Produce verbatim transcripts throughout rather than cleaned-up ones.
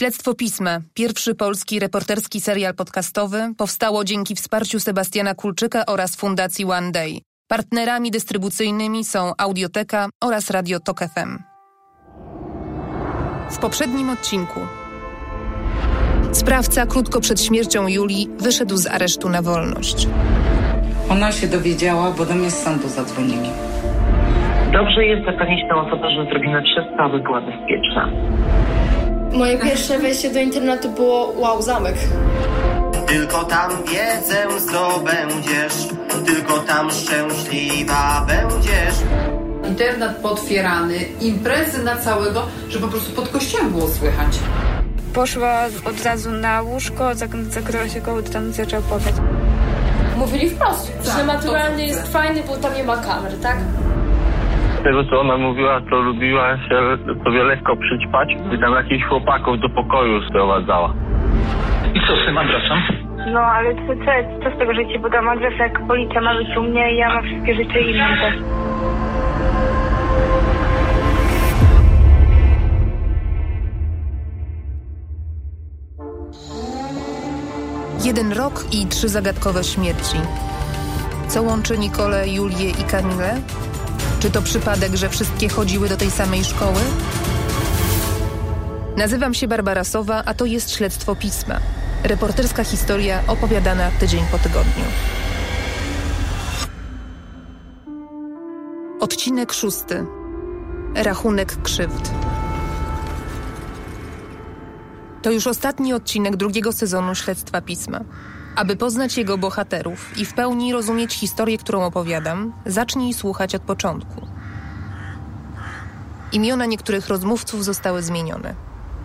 Śledztwo Pisma, pierwszy polski reporterski serial podcastowy, powstało dzięki wsparciu Sebastiana Kulczyka oraz Fundacji One Day. Partnerami dystrybucyjnymi są Audioteka oraz Radio Tok F M. W poprzednim odcinku sprawca krótko przed śmiercią Julii wyszedł z aresztu na wolność. Ona się dowiedziała, bo do mnie z sądu zadzwonili. Dobrze jest zapewnić tę osobę, że zrobimy wszystko, aby była bezpieczna. Moje pierwsze wejście do internetu było wow, zamek. Tylko tam wiedzę zdobędziesz, tylko tam szczęśliwa będziesz. Internet potwierany, imprezy na całego, że po prostu pod kościołem było słychać. Poszła od razu na łóżko, zakryła się koło, tam zaczął płakać. Mówili wprost, tak, że naturalny jest fajny, bo tam nie ma kamer, tak? Z tego co ona mówiła, to lubiła się sobie lekko przyćpać i tam jakichś chłopaków do pokoju sprowadzała. I co z tym adresem? No ale co, co, co z tego, że ci podam adres, jak policja ma być u mnie i ja mam wszystkie rzeczy inne też. Jeden rok i trzy zagadkowe śmierci. Co łączy Nikolę, Julię i Kamilę? Czy to przypadek, że wszystkie chodziły do tej samej szkoły? Nazywam się Barbara Sowa, a to jest Śledztwo Pisma. Reporterska historia opowiadana tydzień po tygodniu. Odcinek szósty. Rachunek krzywd. To już ostatni odcinek drugiego sezonu Śledztwa Pisma. Aby poznać jego bohaterów i w pełni rozumieć historię, którą opowiadam, zacznij słuchać od początku. Imiona niektórych rozmówców zostały zmienione.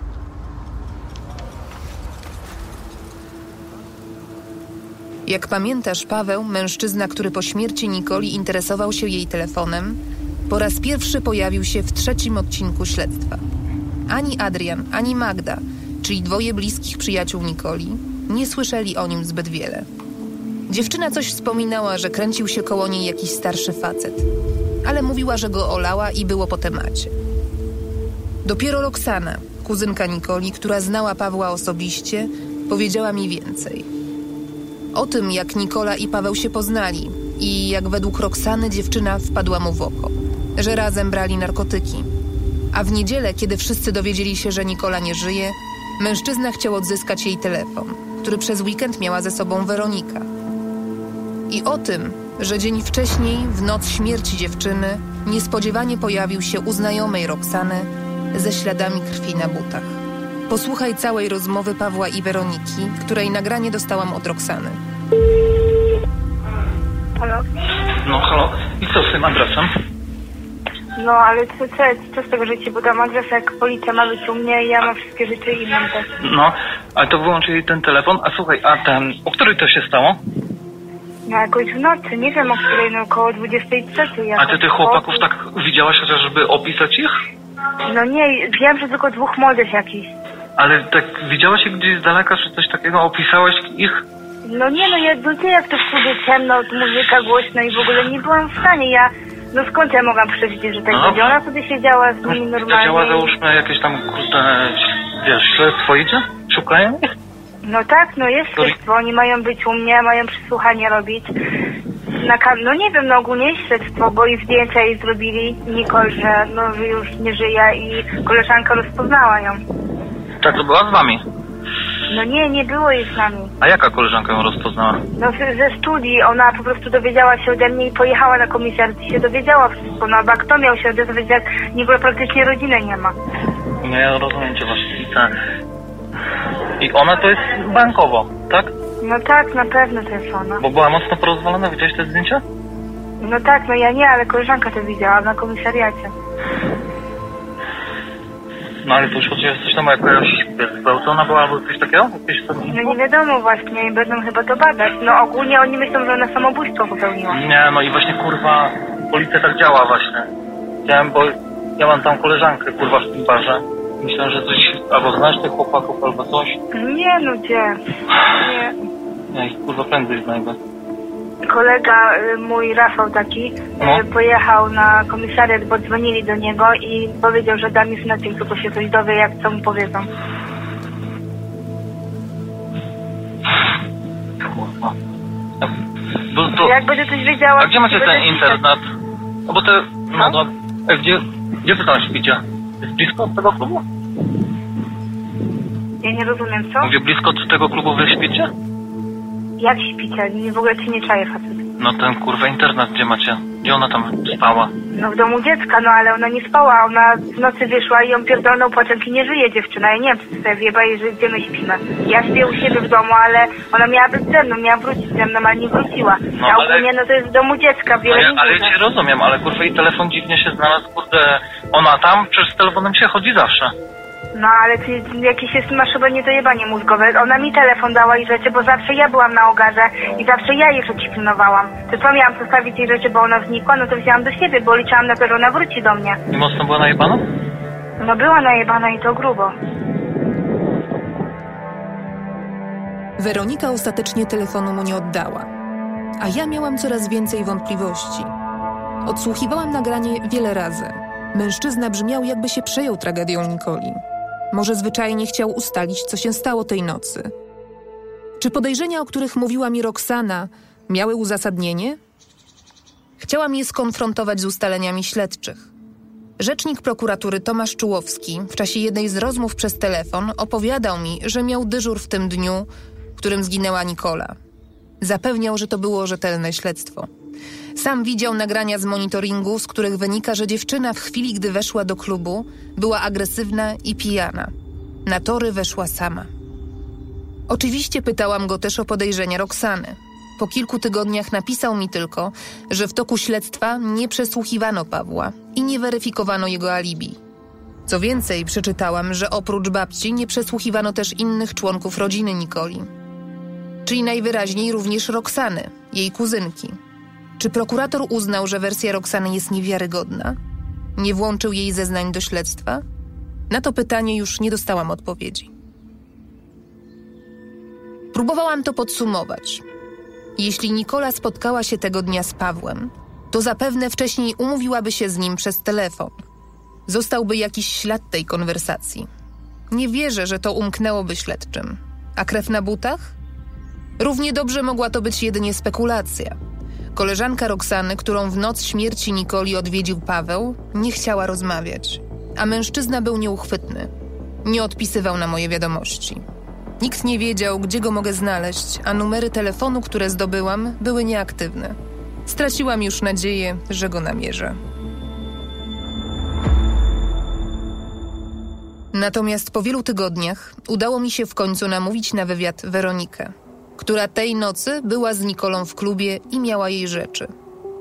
Jak pamiętasz, Paweł, mężczyzna, który po śmierci Nikoli interesował się jej telefonem, po raz pierwszy pojawił się w trzecim odcinku śledztwa. Ani Adrian, ani Magda, czyli dwoje bliskich przyjaciół Nikoli, nie słyszeli o nim zbyt wiele. Dziewczyna coś wspominała, że kręcił się koło niej jakiś starszy facet, ale mówiła, że go olała i było po temacie. Dopiero Roxana, kuzynka Nikoli, która znała Pawła osobiście, powiedziała mi więcej. O tym, jak Nikola i Paweł się poznali i jak według Roxany dziewczyna wpadła mu w oko, że razem brali narkotyki. A w niedzielę, kiedy wszyscy dowiedzieli się, że Nikola nie żyje, mężczyzna chciał odzyskać jej telefon, który przez weekend miała ze sobą Weronika. I o tym, że dzień wcześniej, w noc śmierci dziewczyny, niespodziewanie pojawił się u znajomej Roxany ze śladami krwi na butach. Posłuchaj całej rozmowy Pawła i Weroniki, której nagranie dostałam od Roxany. Halo? No halo, i co z tym adresem? No ale co, co, co z tego, że ci podam adres, jak policja ma być u mnie i ja mam wszystkie rzeczy inne też. No, ale to wyłączyli ten telefon, a słuchaj, a ten, o której to się stało? No jakoś w nocy, nie wiem o której, no około dwudziestej trzeciej. A ty tych chłopaków tak widziałaś chociażby opisać ich? No nie, wiem, że tylko dwóch młodych jakichś. Ale tak widziałaś ich gdzieś z daleka, czy coś takiego, opisałaś ich? No nie, no ja, no nie, jak to w studiu ciemno, muzyka głośna i w ogóle nie byłam w stanie, ja... No skąd ja mogłam przewidzieć, że tak no będzie? Ona sobie siedziała z nimi normalnie. Działa, załóżmy, jakieś tam, kurde, wiesz, śledztwo idzie? Szukają ich? No tak, no jest śledztwo, oni mają być u mnie, mają przesłuchanie robić. Na kam- no nie wiem, no ogólnie jest śledztwo, bo i zdjęcia jej zrobili, Nikol, że no że już nie żyje i koleżanka rozpoznała ją. Tak, to była z wami? No nie, nie było jej z nami. A jaka koleżanka ją rozpoznała? No ze, ze studii, ona po prostu dowiedziała się ode mnie i pojechała na komisariat i się dowiedziała wszystko. No a kto miał się dowiedzieć, jak Nikol praktycznie rodziny nie ma. No ja rozumiem cię właśnie. I, ta... I ona to jest bankowo, tak? No tak, na pewno to jest ona. Bo była mocno porozwalona, widziałeś te zdjęcia? No tak, no ja nie, ale koleżanka to widziała na komisariacie. No ale to już chodzi o coś tam, jakaś zgwałcona była albo coś takiego? Jakieś tam... No nie wiadomo właśnie, będą chyba to badać. No ogólnie oni myślą, że ona samobójstwo popełniła. Nie, no i właśnie kurwa, policja tak działa właśnie. Chciałem, bo ja mam tam koleżankę kurwa w tym barze. Myślałem, że coś, albo znasz tych chłopaków, albo coś. Nie no gdzie? Nie. Ja ich kurwa prędzej znajdę. Kolega mój, Rafał taki, no. pojechał na komisariat, bo dzwonili do niego i powiedział, że da mi znać, tylko się coś dowie, jak co mu powiedzą. No ale to już chodzi o coś takiego, jakieś tam... Nie, no i właśnie kurwa, policja tak działa właśnie. Chciałem, bo ja mam tam koleżankę kurwa w tym barze. Myślałem, że coś, albo znasz tych chłopaków, albo coś. Nie, ich kurwa prędzej znajdę. Kolega mój, Rafał taki, pojechał na komisariat, bo dzwonili do niego i powiedział, że da mi znać, tylko się coś dowie, jak co mu powiedzą. Kurwa. Bo to... Jak będę coś wiedziała... A gdzie macie ten pisać. internet? No bo te... No, no, a gdzie... Gdzie wy tam śpicie? Jest blisko od tego klubu? Ja nie rozumiem, co? Mówię, blisko od tego klubu wy śpicie? Jak śpicie? Nie, w ogóle ci nie czaję, facet. No ten kurwa internet, gdzie macie? Gdzie ona tam spała? No w domu dziecka, no ale ona nie spała, ona w nocy wyszła i ją pierdolną płaczem i nie żyje dziewczyna. Ja nie wiem, co sobie wieba, że gdzie my śpimy. Ja śpię u siebie w domu, ale ona miała być ze mną, miała wrócić ze mną, ale nie wróciła. No, a ale... ogólnie, no to jest w domu dziecka, No wiele ja, nie ale ja dużo. cię rozumiem, ale kurwa i telefon dziwnie się znalazł, kurde, ona tam, przecież z telefonem się chodzi zawsze. No ale ty jakieś jest, masz chyba niedojebanie mózgowe. Ona mi telefon dała i rzeczy, bo zawsze ja byłam na ogarze i zawsze ja jej rzeczy pilnowałam. To co, miałam zostawić jej rzeczy, bo ona znikła? No to wzięłam do siebie, bo liczyłam na to, że ona wróci do mnie. I mocno była najebana? No była najebana i to grubo. Weronika ostatecznie telefonu mu nie oddała, a ja miałam coraz więcej wątpliwości. Odsłuchiwałam nagranie wiele razy. Mężczyzna brzmiał, jakby się przejął tragedią Nikoli. Może zwyczajnie chciał ustalić, co się stało tej nocy. Czy podejrzenia, o których mówiła mi Roxana, miały uzasadnienie? Chciałam je skonfrontować z ustaleniami śledczych. Rzecznik prokuratury Tomasz Czułowski w czasie jednej z rozmów przez telefon opowiadał mi, że miał dyżur w tym dniu, w którym zginęła Nikola. Zapewniał, że to było rzetelne śledztwo. Sam widział nagrania z monitoringu, z których wynika, że dziewczyna w chwili, gdy weszła do klubu, była agresywna i pijana. Na tory weszła sama. Oczywiście pytałam go też o podejrzenia Roxany. Po kilku tygodniach napisał mi tylko, że w toku śledztwa nie przesłuchiwano Pawła i nie weryfikowano jego alibi. Co więcej, przeczytałam, że oprócz babci nie przesłuchiwano też innych członków rodziny Nikoli. Czyli najwyraźniej również Roxany, jej kuzynki. Czy prokurator uznał, że wersja Roxany jest niewiarygodna? Nie włączył jej zeznań do śledztwa? Na to pytanie już nie dostałam odpowiedzi. Próbowałam to podsumować. Jeśli Nikola spotkała się tego dnia z Pawłem, to zapewne wcześniej umówiłaby się z nim przez telefon. Zostałby jakiś ślad tej konwersacji. Nie wierzę, że to umknęłoby śledczym. A krew na butach? Równie dobrze mogła to być jedynie spekulacja. Koleżanka Roxany, którą w noc śmierci Nikoli odwiedził Paweł, nie chciała rozmawiać, a mężczyzna był nieuchwytny. Nie odpisywał na moje wiadomości. Nikt nie wiedział, gdzie go mogę znaleźć, a numery telefonu, które zdobyłam, były nieaktywne. Straciłam już nadzieję, że go namierzę. Natomiast po wielu tygodniach udało mi się w końcu namówić na wywiad Weronikę, która tej nocy była z Nikolą w klubie i miała jej rzeczy.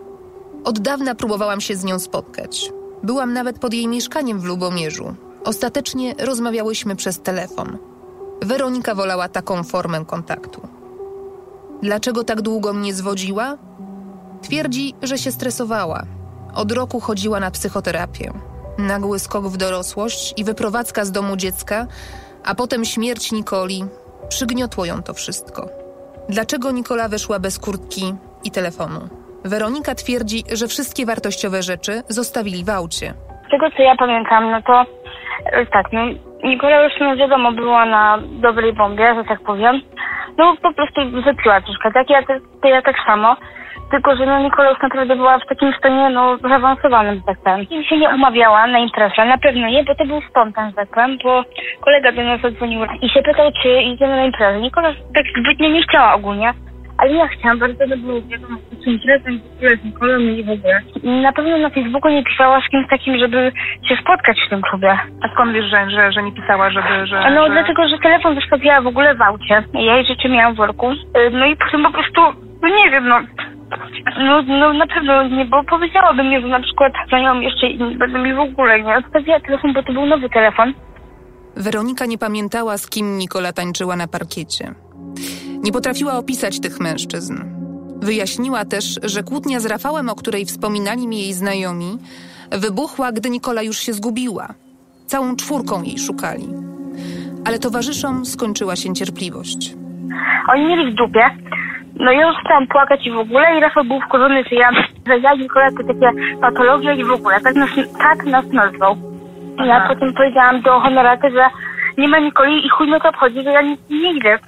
Od dawna próbowałam się z nią spotkać. Byłam nawet pod jej mieszkaniem w Lubomierzu. Ostatecznie rozmawiałyśmy przez telefon. Weronika wolała taką formę kontaktu. Dlaczego tak długo mnie zwodziła? Twierdzi, że się stresowała. Od roku chodziła na psychoterapię. Nagły skok w dorosłość i wyprowadzka z domu dziecka, a potem śmierć Nikoli. Przygniotło ją to wszystko. Dlaczego Nikola wyszła bez kurtki i telefonu? Weronika twierdzi, że wszystkie wartościowe rzeczy zostawili w aucie. Z tego co ja pamiętam, no to tak, no Nikola już no wiadomo była na dobrej bombie, że tak powiem. No po prostu wypiła troszkę, tak? Ja, to ja tak samo. Tylko, że no Nikola już naprawdę była w takim stanie, no, zaawansowanym, tak powiem. I się nie umawiała na imprezę, na pewno nie, bo to był spontan, tak powiem, bo kolega do nas zadzwonił i się pytał, czy idziemy na imprezę. Nikola tak zbytnio nie chciała ogólnie, ale ja chciałam, bardzo to było wiadomo, z imprezą, w ogóle z Nikolą i w ogóle. Na pewno na Facebooku nie pisała z kimś takim, żeby się spotkać w tym klubie. A skąd wiesz, że, że, że nie pisała, żeby, że... No że... dlatego, że telefon zostawiała w ogóle w aucie. Ja jej rzeczy miałam w worku. No i potem po prostu, no nie wiem, no... No, no na pewno nie, bo powiedziałabym mi, że na przykład za nią jeszcze będę mi w ogóle nie odstawiała telefon, bo to był nowy telefon. Weronika nie pamiętała, z kim Nikola tańczyła na parkiecie. Nie potrafiła opisać tych mężczyzn. Wyjaśniła też, że kłótnia z Rafałem, o której wspominali mi jej znajomi, wybuchła, gdy Nikola już się zgubiła. Całą czwórką jej szukali. Ale towarzyszom skończyła się cierpliwość. Oni mieli w dupie. No ja już chciałam płakać i w ogóle i Rafał był wkurzony, że ja, że ja Nikola to takie patologie i w ogóle. Tak nas, tak nas nazwał. Ja Aha. potem powiedziałam do honoraty, że nie ma Nikoli i chuj mnie to obchodzi, że ja nic nie idę.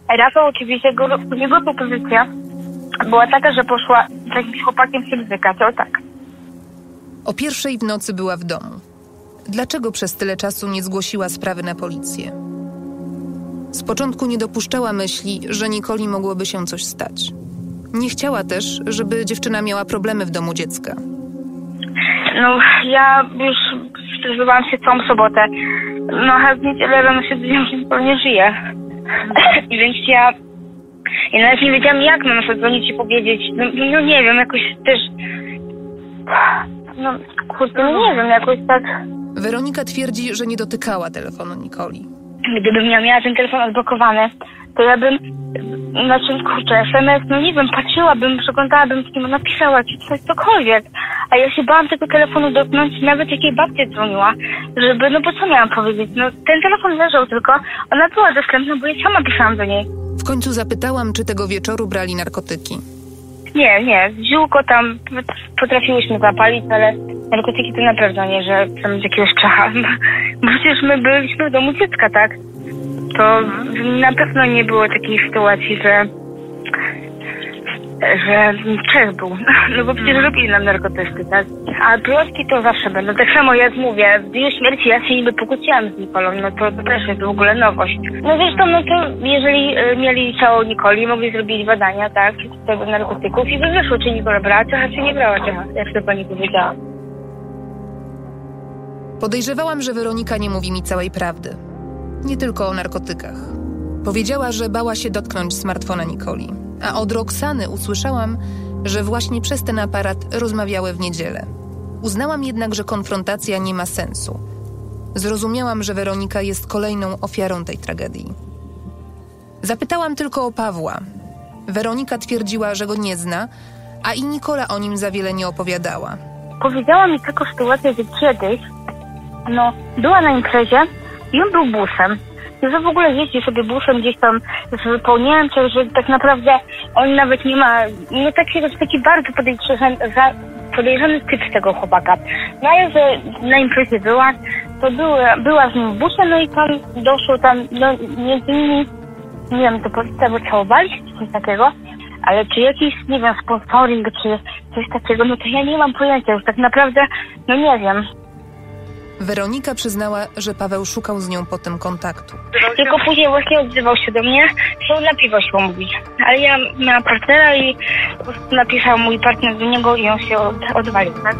Rafał oczywiście, jego, jego propozycja była taka, że poszła z jakimś chłopakiem się bzykać, o tak. O pierwszej w nocy była w domu. Dlaczego przez tyle czasu nie zgłosiła sprawy na policję? Z początku nie dopuszczała myśli, że Nikoli mogłoby się coś stać. Nie chciała też, żeby dziewczyna miała problemy w domu dziecka. No, ja już przeżywałam się całą sobotę. No, a w niedzielę rano się dowiedziałam, że Nikola nie żyje. Więc ja... Ja nawet nie wiedziałam, jak mam zadzwonić i powiedzieć. No, no nie wiem, jakoś też... No, kurde, no nie wiem, jakoś tak... Weronika twierdzi, że nie dotykała telefonu Nikoli. Gdybym ja miała ten telefon odblokowany, to ja bym... Znaczy, kurczę, es em es, no nie wiem, patrzyłabym, przeglądałabym, z kim napisała, czy coś, cokolwiek. A ja się bałam tego telefonu dotknąć, nawet jak jej babcia dzwoniła, żeby, no bo co miałam powiedzieć? No, ten telefon leżał tylko, ona była dostępna, bo ja sama pisałam do niej. W końcu zapytałam, czy tego wieczoru brali narkotyki. Nie, nie, ziółko tam potrafiłyśmy zapalić, ale narkotyki to na pewno nie, że tam z jakiegoś czacha. Bo przecież my byliśmy w domu dziecka, tak? To na pewno nie było takiej sytuacji, że że Czech był. No bo przecież robili nam narkotyki, tak? A plotki to zawsze będą. Tak samo jak mówię, w dniu śmierci ja się niby pokłóciłam z Nikolą, no to, to też jest w ogóle nowość. No zresztą, no to jeżeli y, mieli ciało Nikoli, mogli zrobić badania, tak, z tego narkotyków i by wyszło, czy Nikola brała Czecha, czy nie brała Czecha, jak to pani powiedziała. Podejrzewałam, że Weronika nie mówi mi całej prawdy. Nie tylko o narkotykach. Powiedziała, że bała się dotknąć smartfona Nikoli. A od Roxany usłyszałam, że właśnie przez ten aparat rozmawiały w niedzielę. Uznałam jednak, że konfrontacja nie ma sensu. Zrozumiałam, że Weronika jest kolejną ofiarą tej tragedii. Zapytałam tylko o Pawła. Weronika twierdziła, że go nie zna, a i Nikola o nim za wiele nie opowiadała. Powiedziała mi taką sytuację, że kiedyś no, była na imprezie i on był busem. I że w ogóle jeździ sobie busem gdzieś tam z wypełnieniem, że tak naprawdę on nawet nie ma, no taki, taki bardzo podejrzany, podejrzany typ tego chłopaka. No ale że na imprezie była, to była, była z nim w busie, no i tam doszło tam, no między innymi, nie wiem, to policja by całowali się, czy coś takiego, ale czy jakiś, nie wiem, sponsoring, czy coś takiego, no to ja nie mam pojęcia, już tak naprawdę, no nie wiem. Weronika przyznała, że Paweł szukał z nią potem kontaktu. Tylko później właśnie odzywał się do mnie, że na piwo się umówić. Ale ja miałam partnera i po prostu napisał mój partner do niego i on się od, odwalił, tak?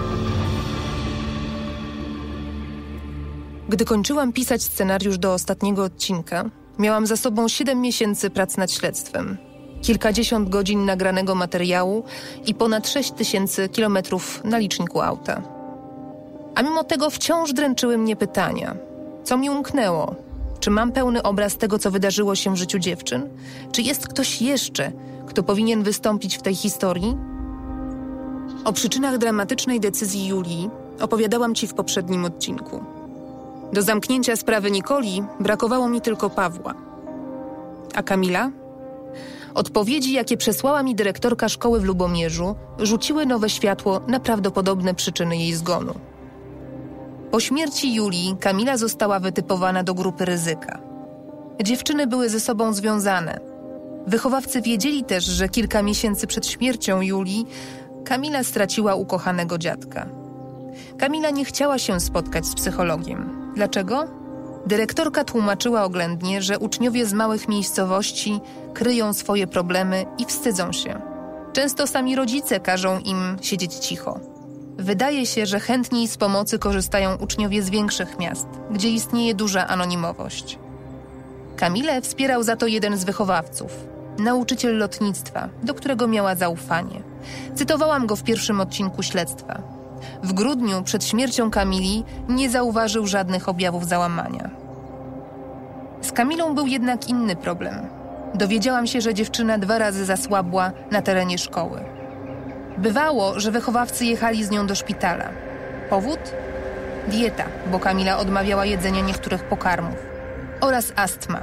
Gdy kończyłam pisać scenariusz do ostatniego odcinka, miałam za sobą siedem miesięcy prac nad śledztwem, kilkadziesiąt godzin nagranego materiału i ponad sześć tysięcy kilometrów na liczniku auta. A mimo tego wciąż dręczyły mnie pytania. Co mi umknęło? Czy mam pełny obraz tego, co wydarzyło się w życiu dziewczyn? Czy jest ktoś jeszcze, kto powinien wystąpić w tej historii? O przyczynach dramatycznej decyzji Julii opowiadałam ci w poprzednim odcinku. Do zamknięcia sprawy Nikoli brakowało mi tylko Pawła. A Kamila? Odpowiedzi, jakie przesłała mi dyrektorka szkoły w Lubomierzu, rzuciły nowe światło na prawdopodobne przyczyny jej zgonu. Po śmierci Julii Kamila została wytypowana do grupy ryzyka. Dziewczyny były ze sobą związane. Wychowawcy wiedzieli też, że kilka miesięcy przed śmiercią Julii Kamila straciła ukochanego dziadka. Kamila nie chciała się spotkać z psychologiem. Dlaczego? Dyrektorka tłumaczyła oględnie, że uczniowie z małych miejscowości kryją swoje problemy i wstydzą się. Często sami rodzice każą im siedzieć cicho. Wydaje się, że chętniej z pomocy korzystają uczniowie z większych miast, gdzie istnieje duża anonimowość. Kamilę wspierał za to jeden z wychowawców, nauczyciel lotnictwa, do którego miała zaufanie. Cytowałam go w pierwszym odcinku śledztwa. W grudniu przed śmiercią Kamili nie zauważył żadnych objawów załamania. Z Kamilą był jednak inny problem. Dowiedziałam się, że dziewczyna dwa razy zasłabła na terenie szkoły. Bywało, że wychowawcy jechali z nią do szpitala. Powód? Dieta, bo Kamila odmawiała jedzenia niektórych pokarmów. Oraz astma.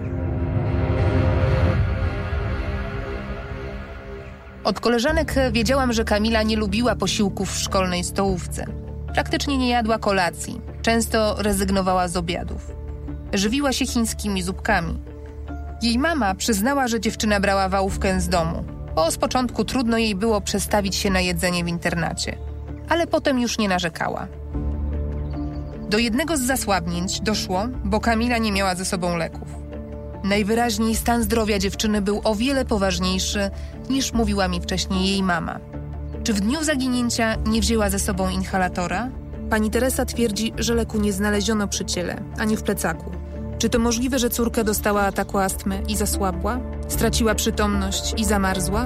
Od koleżanek wiedziałam, że Kamila nie lubiła posiłków w szkolnej stołówce. Praktycznie nie jadła kolacji. Często rezygnowała z obiadów. Żywiła się chińskimi zupkami. Jej mama przyznała, że dziewczyna brała wałówkę z domu, bo z początku trudno jej było przestawić się na jedzenie w internacie, ale potem już nie narzekała. Do jednego z zasłabnięć doszło, bo Kamila nie miała ze sobą leków. Najwyraźniej stan zdrowia dziewczyny był o wiele poważniejszy, niż mówiła mi wcześniej jej mama. Czy w dniu zaginięcia nie wzięła ze sobą inhalatora? Pani Teresa twierdzi, że leku nie znaleziono przy ciele, ani w plecaku. Czy to możliwe, że córka dostała ataku astmy i zasłabła? Straciła przytomność i zamarzła?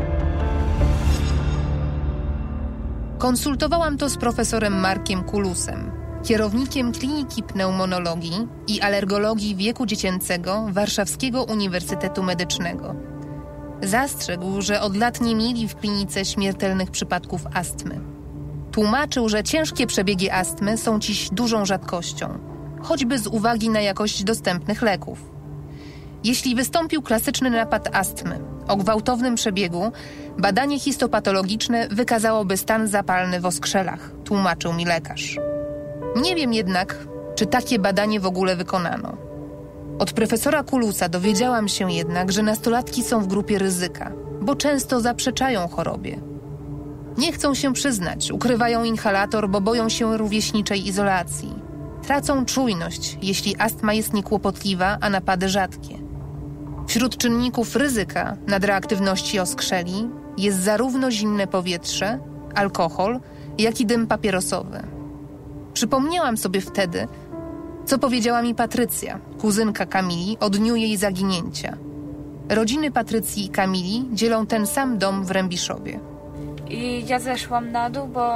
Konsultowałam to z profesorem Markiem Kulusem, kierownikiem Kliniki Pneumonologii i Alergologii Wieku Dziecięcego Warszawskiego Uniwersytetu Medycznego. Zastrzegł, że od lat nie mieli w klinice śmiertelnych przypadków astmy. Tłumaczył, że ciężkie przebiegi astmy są dziś dużą rzadkością, choćby z uwagi na jakość dostępnych leków. Jeśli wystąpił klasyczny napad astmy o gwałtownym przebiegu, badanie histopatologiczne wykazałoby stan zapalny w oskrzelach, tłumaczył mi lekarz. Nie wiem jednak, czy takie badanie w ogóle wykonano. Od profesora Kulusa dowiedziałam się jednak, że nastolatki są w grupie ryzyka, bo często zaprzeczają chorobie. Nie chcą się przyznać, ukrywają inhalator, bo boją się rówieśniczej izolacji. Tracą czujność, jeśli astma jest niekłopotliwa, a napady rzadkie. Wśród czynników ryzyka nadreaktywności oskrzeli jest zarówno zimne powietrze, alkohol, jak i dym papierosowy. Przypomniałam sobie wtedy, co powiedziała mi Patrycja, kuzynka Kamili, o dniu jej zaginięcia. Rodziny Patrycji i Kamili dzielą ten sam dom w Rębiszowie. I ja zeszłam na dół, bo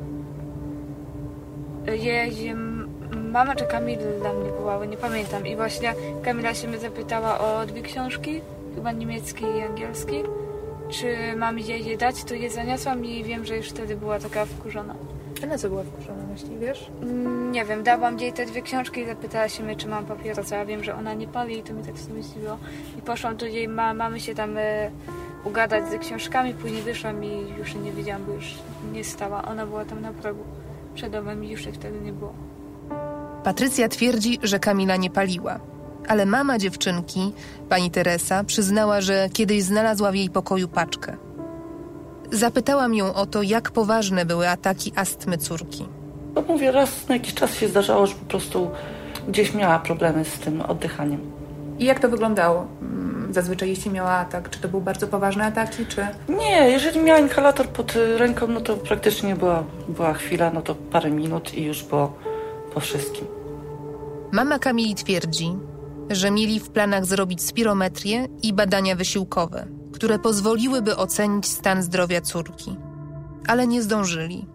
jej mama czy Kamila mnie wołały, nie pamiętam. I właśnie Kamila się mnie zapytała o dwie książki, chyba niemiecki i angielski. Czy mam jej je dać, to je zaniosłam i wiem, że już wtedy była taka wkurzona. A na co była wkurzona, myśli, wiesz? Nie wiem, dałam jej te dwie książki i zapytała się mnie, czy mam papierosa. Ja wiem, że ona nie pali i to mi tak zmyśliło. I poszłam do jej ma, mamy się tam e, ugadać ze książkami, później wyszłam i już nie wiedziałam, bo już nie stała. Ona była tam na progu przed domem i już jej wtedy nie było. Patrycja twierdzi, że Kamila nie paliła. Ale mama dziewczynki, pani Teresa, przyznała, że kiedyś znalazła w jej pokoju paczkę. Zapytałam ją o to, jak poważne były ataki astmy córki. No mówię, raz na jakiś czas się zdarzało, że po prostu gdzieś miała problemy z tym oddychaniem. I jak to wyglądało? Zazwyczaj jeśli miała atak, czy to był bardzo poważny ataki, czy... Nie, jeżeli miała inhalator pod ręką, no to praktycznie była, była chwila, no to parę minut i już było po wszystkim. Mama Kamili twierdzi, że mieli w planach zrobić spirometrię i badania wysiłkowe, które pozwoliłyby ocenić stan zdrowia córki. Ale nie zdążyli.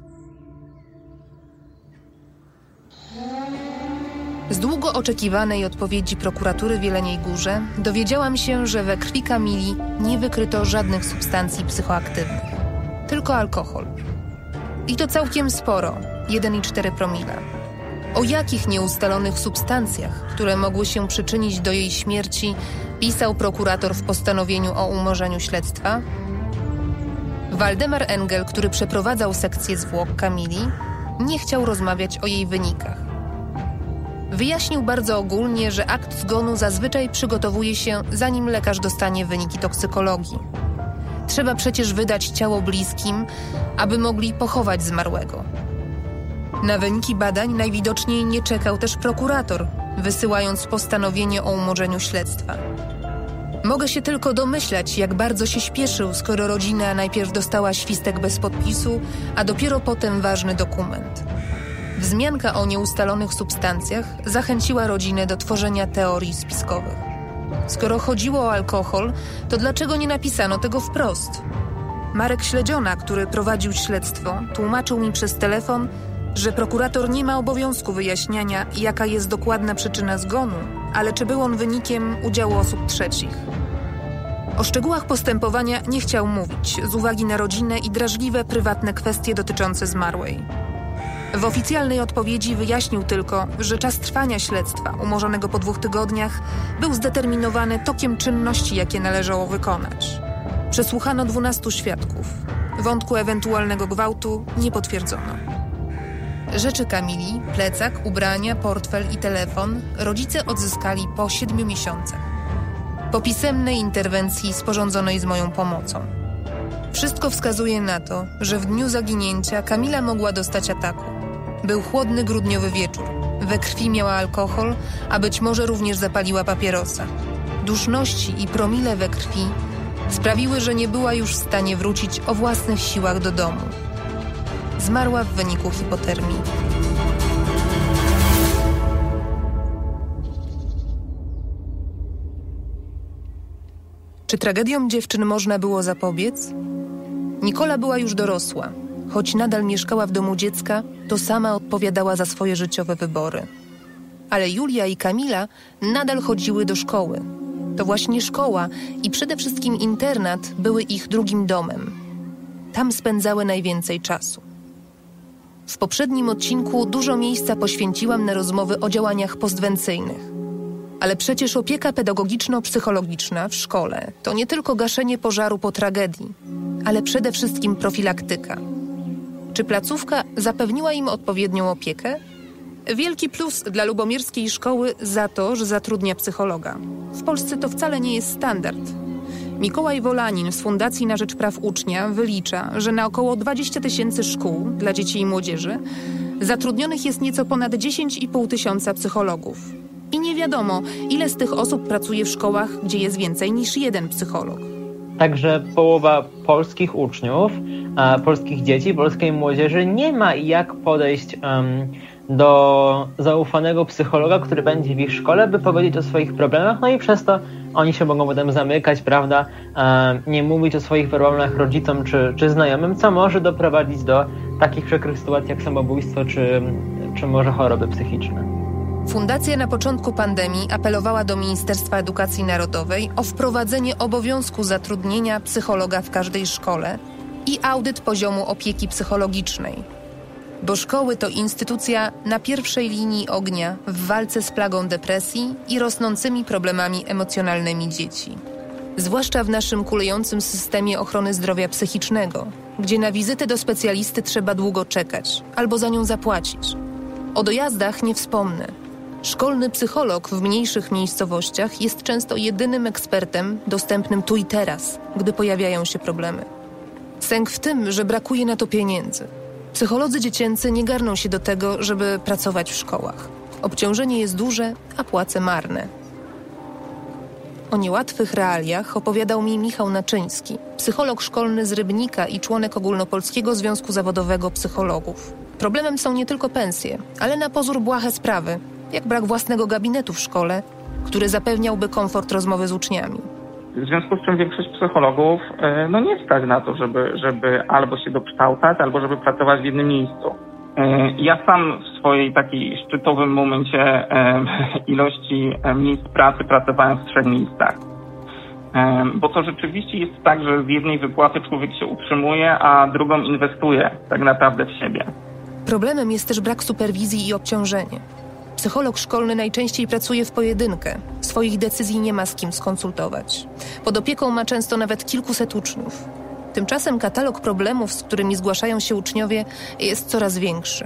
Z długo oczekiwanej odpowiedzi prokuratury w Jeleniej Górze dowiedziałam się, że we krwi Kamili nie wykryto żadnych substancji psychoaktywnych, tylko alkohol. I to całkiem sporo, jeden i cztery promila. O jakich nieustalonych substancjach, które mogły się przyczynić do jej śmierci, pisał prokurator w postanowieniu o umorzeniu śledztwa? Waldemar Engel, który przeprowadzał sekcję zwłok Kamili, nie chciał rozmawiać o jej wynikach. Wyjaśnił bardzo ogólnie, że akt zgonu zazwyczaj przygotowuje się, zanim lekarz dostanie wyniki toksykologii. Trzeba przecież wydać ciało bliskim, aby mogli pochować zmarłego. Na wyniki badań najwidoczniej nie czekał też prokurator, wysyłając postanowienie o umorzeniu śledztwa. Mogę się tylko domyślać, jak bardzo się śpieszył, skoro rodzina najpierw dostała świstek bez podpisu, a dopiero potem ważny dokument. Wzmianka o nieustalonych substancjach zachęciła rodzinę do tworzenia teorii spiskowych. Skoro chodziło o alkohol, to dlaczego nie napisano tego wprost? Marek Śledziona, który prowadził śledztwo, tłumaczył mi przez telefon, że prokurator nie ma obowiązku wyjaśniania, jaka jest dokładna przyczyna zgonu, ale czy był on wynikiem udziału osób trzecich. O szczegółach postępowania nie chciał mówić z uwagi na rodzinę i drażliwe, prywatne kwestie dotyczące zmarłej. W oficjalnej odpowiedzi wyjaśnił tylko, że czas trwania śledztwa, umorzonego po dwóch tygodniach, był zdeterminowany tokiem czynności, jakie należało wykonać. Przesłuchano dwunastu świadków. Wątku ewentualnego gwałtu nie potwierdzono. Rzeczy Kamili, plecak, ubrania, portfel i telefon rodzice odzyskali po siedmiu miesiącach. Po pisemnej interwencji sporządzonej z moją pomocą. Wszystko wskazuje na to, że w dniu zaginięcia Kamila mogła dostać ataku. Był chłodny grudniowy wieczór. We krwi miała alkohol, a być może również zapaliła papierosa. Duszności i promile we krwi sprawiły, że nie była już w stanie wrócić o własnych siłach do domu. Zmarła w wyniku hipotermii. Czy tragediom dziewczyn można było zapobiec? Nikola była już dorosła. Choć nadal mieszkała w domu dziecka, to sama odpowiadała za swoje życiowe wybory. Ale Julia i Kamila nadal chodziły do szkoły. To właśnie szkoła i przede wszystkim internat były ich drugim domem. Tam spędzały najwięcej czasu. W poprzednim odcinku dużo miejsca poświęciłam na rozmowy o działaniach postwencyjnych. Ale przecież opieka pedagogiczno-psychologiczna w szkole to nie tylko gaszenie pożaru po tragedii, ale przede wszystkim profilaktyka. Czy placówka zapewniła im odpowiednią opiekę? Wielki plus dla lubomierskiej szkoły za to, że zatrudnia psychologa. W Polsce to wcale nie jest standard. Mikołaj Wolanin z Fundacji na Rzecz Praw Ucznia wylicza, że na około dwadzieścia tysięcy szkół dla dzieci i młodzieży zatrudnionych jest nieco ponad dziesięć i pół tysiąca psychologów. I nie wiadomo, ile z tych osób pracuje w szkołach, gdzie jest więcej niż jeden psycholog. Także połowa polskich uczniów, e, polskich dzieci, polskiej młodzieży nie ma jak podejść um, do zaufanego psychologa, który będzie w ich szkole, by powiedzieć o swoich problemach, no i przez to oni się mogą potem zamykać, prawda, e, nie mówić o swoich problemach rodzicom czy, czy znajomym, co może doprowadzić do takich przykrych sytuacji jak samobójstwo czy, czy może choroby psychiczne. Fundacja na początku pandemii apelowała do Ministerstwa Edukacji Narodowej o wprowadzenie obowiązku zatrudnienia psychologa w każdej szkole i audyt poziomu opieki psychologicznej. Bo szkoły to instytucja na pierwszej linii ognia w walce z plagą depresji i rosnącymi problemami emocjonalnymi dzieci. Zwłaszcza w naszym kulejącym systemie ochrony zdrowia psychicznego, gdzie na wizytę do specjalisty trzeba długo czekać albo za nią zapłacić. O dojazdach nie wspomnę. Szkolny psycholog w mniejszych miejscowościach jest często jedynym ekspertem dostępnym tu i teraz, gdy pojawiają się problemy. Sęk w tym, że brakuje na to pieniędzy. Psycholodzy dziecięcy nie garną się do tego, żeby pracować w szkołach. Obciążenie jest duże, a płace marne. O niełatwych realiach opowiadał mi Michał Naczyński, psycholog szkolny z Rybnika i członek Ogólnopolskiego Związku Zawodowego Psychologów. Problemem są nie tylko pensje, ale na pozór błahe sprawy, jak brak własnego gabinetu w szkole, który zapewniałby komfort rozmowy z uczniami. W związku z czym większość psychologów no nie stać na to, żeby, żeby albo się dokształcać, albo żeby pracować w jednym miejscu. Ja sam w swojej takiej szczytowym momencie ilości miejsc pracy pracowałem w trzech miejscach. Bo to rzeczywiście jest tak, że z jednej wypłaty człowiek się utrzymuje, a drugą inwestuje tak naprawdę w siebie. Problemem jest też brak superwizji i obciążenie. Psycholog szkolny najczęściej pracuje w pojedynkę. Swoich decyzji nie ma z kim skonsultować. Pod opieką ma często nawet kilkuset uczniów. Tymczasem katalog problemów, z którymi zgłaszają się uczniowie, jest coraz większy.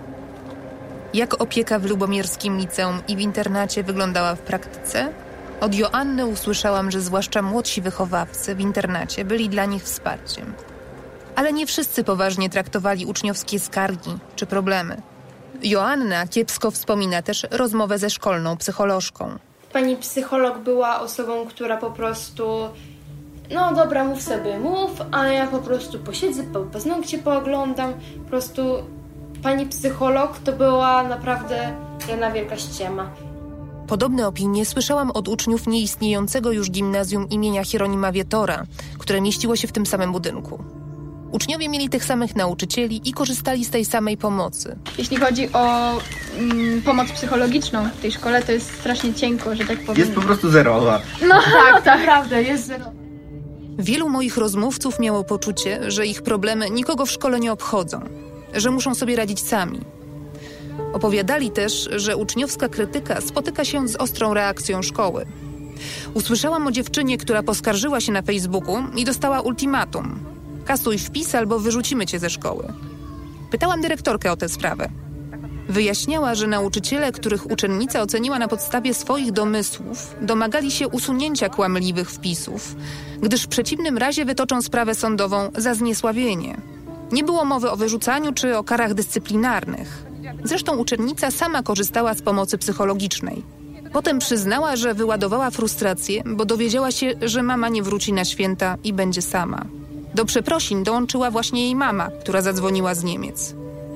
Jak opieka w lubomierskim liceum i w internacie wyglądała w praktyce? Od Joanny usłyszałam, że zwłaszcza młodsi wychowawcy w internacie byli dla nich wsparciem. Ale nie wszyscy poważnie traktowali uczniowskie skargi czy problemy. Joanna kiepsko wspomina też rozmowę ze szkolną psycholożką. Pani psycholog była osobą, która po prostu, no dobra, mów sobie, mów, a ja po prostu posiedzę, po paznokcie pooglądam. Po prostu pani psycholog to była naprawdę jedna wielka ściema. Podobne opinie słyszałam od uczniów nieistniejącego już gimnazjum imienia Hieronima Wietora, które mieściło się w tym samym budynku. Uczniowie mieli tych samych nauczycieli i korzystali z tej samej pomocy. Jeśli chodzi o mm, pomoc psychologiczną w tej szkole, to jest strasznie cienko, że tak powiem. Jest po prostu zerowa. No tak, tak, naprawdę, jest zerowa. Wielu moich rozmówców miało poczucie, że ich problemy nikogo w szkole nie obchodzą, że muszą sobie radzić sami. Opowiadali też, że uczniowska krytyka spotyka się z ostrą reakcją szkoły. Usłyszałam o dziewczynie, która poskarżyła się na Facebooku i dostała ultimatum. Kasuj wpis albo wyrzucimy cię ze szkoły. Pytałam dyrektorkę o tę sprawę. Wyjaśniała, że nauczyciele, których uczennica oceniła na podstawie swoich domysłów, domagali się usunięcia kłamliwych wpisów, gdyż w przeciwnym razie wytoczą sprawę sądową za zniesławienie. Nie było mowy o wyrzucaniu czy o karach dyscyplinarnych. Zresztą uczennica sama korzystała z pomocy psychologicznej. Potem przyznała, że wyładowała frustrację, bo dowiedziała się, że mama nie wróci na święta i będzie sama. Do przeprosin dołączyła właśnie jej mama, która zadzwoniła z Niemiec.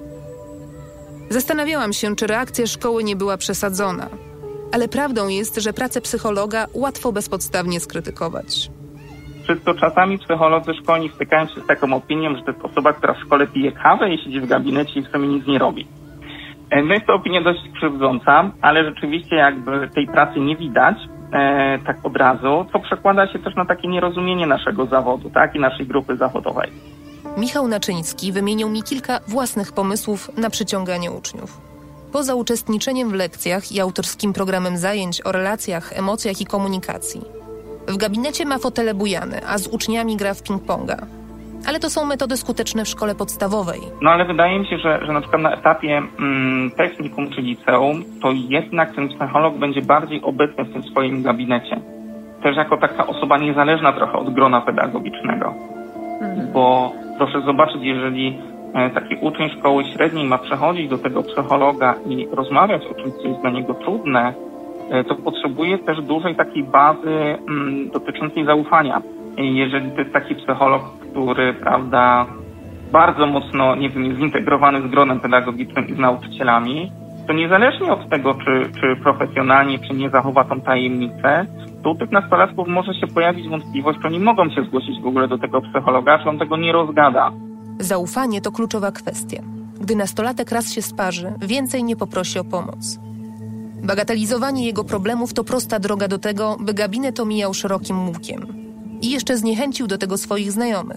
Zastanawiałam się, czy reakcja szkoły nie była przesadzona. Ale prawdą jest, że pracę psychologa łatwo bezpodstawnie skrytykować. Przez to czasami psycholodzy szkolni stykają się z taką opinią, że to jest osoba, która w szkole pije kawę i siedzi w gabinecie i w sumie nic nie robi. No jest to opinia dość krzywdząca, ale rzeczywiście jakby tej pracy nie widać e, tak od razu, co przekłada się też na takie nierozumienie naszego zawodu, tak, i naszej grupy zawodowej. Michał Naczyński wymienił mi kilka własnych pomysłów na przyciąganie uczniów. Poza uczestniczeniem w lekcjach i autorskim programem zajęć o relacjach, emocjach i komunikacji. W gabinecie ma fotele bujane, a z uczniami gra w ping-ponga. Ale to są metody skuteczne w szkole podstawowej. No ale wydaje mi się, że, że na przykład na etapie mm, technikum czy liceum, to jednak ten psycholog będzie bardziej obecny w tym swoim gabinecie. Też jako taka osoba niezależna trochę od grona pedagogicznego. Mhm. Bo proszę zobaczyć, jeżeli e, taki uczeń szkoły średniej ma przechodzić do tego psychologa i rozmawiać o czymś, co jest dla niego trudne, e, to potrzebuje też dużej takiej bazy mm, dotyczącej zaufania. I jeżeli to jest taki psycholog, który, prawda, bardzo mocno, nie wiem, jest zintegrowany z gronem pedagogicznym i z nauczycielami, to niezależnie od tego, czy, czy profesjonalnie, czy nie zachowa tą tajemnicę, to u tych nastolatków może się pojawić wątpliwość, czy oni mogą się zgłosić w ogóle do tego psychologa, czy on tego nie rozgada. Zaufanie to kluczowa kwestia. Gdy nastolatek raz się sparzy, więcej nie poprosi o pomoc. Bagatelizowanie jego problemów to prosta droga do tego, by gabinet omijał szerokim łukiem. I jeszcze zniechęcił do tego swoich znajomych.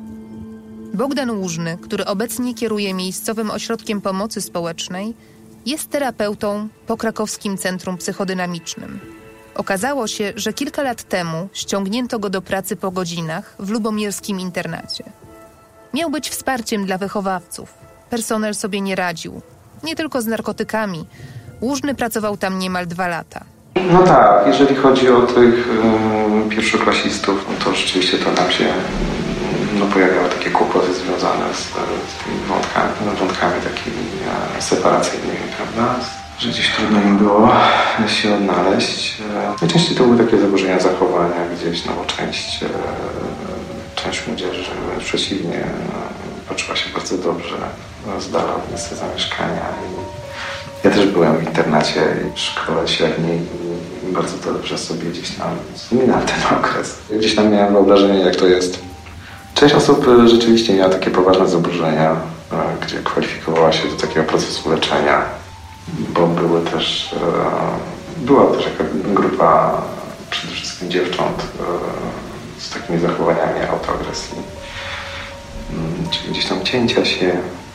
Bogdan Łużny, który obecnie kieruje miejscowym ośrodkiem pomocy społecznej, jest terapeutą po Krakowskim Centrum Psychodynamicznym. Okazało się, że kilka lat temu ściągnięto go do pracy po godzinach w lubomierskim internacie. Miał być wsparciem dla wychowawców. Personel sobie nie radził. Nie tylko z narkotykami. Łużny pracował tam niemal dwa lata. No tak, jeżeli chodzi o tych um, pierwszoklasistów, no to rzeczywiście to nam się no, pojawiały takie kłopoty związane z, z tymi wątkami, no, wątkami takimi e, separacyjnymi, prawda? Że gdzieś trudno im było się odnaleźć. Najczęściej to były takie zaburzenia zachowania gdzieś, no bo część, e, część młodzieży wręcz przeciwnie poczuła się bardzo dobrze z dala od miejsca zamieszkania. Ja też byłem w internacie w szkole średniej i bardzo dobrze sobie gdzieś tam wspominałem ten okres. Gdzieś tam miałem wyobrażenie, jak to jest. Część osób rzeczywiście miała takie poważne zaburzenia, gdzie kwalifikowała się do takiego procesu leczenia, bo były też, była też jakaś grupa przede wszystkim dziewcząt z takimi zachowaniami autoagresji, czyli gdzieś tam cięcia się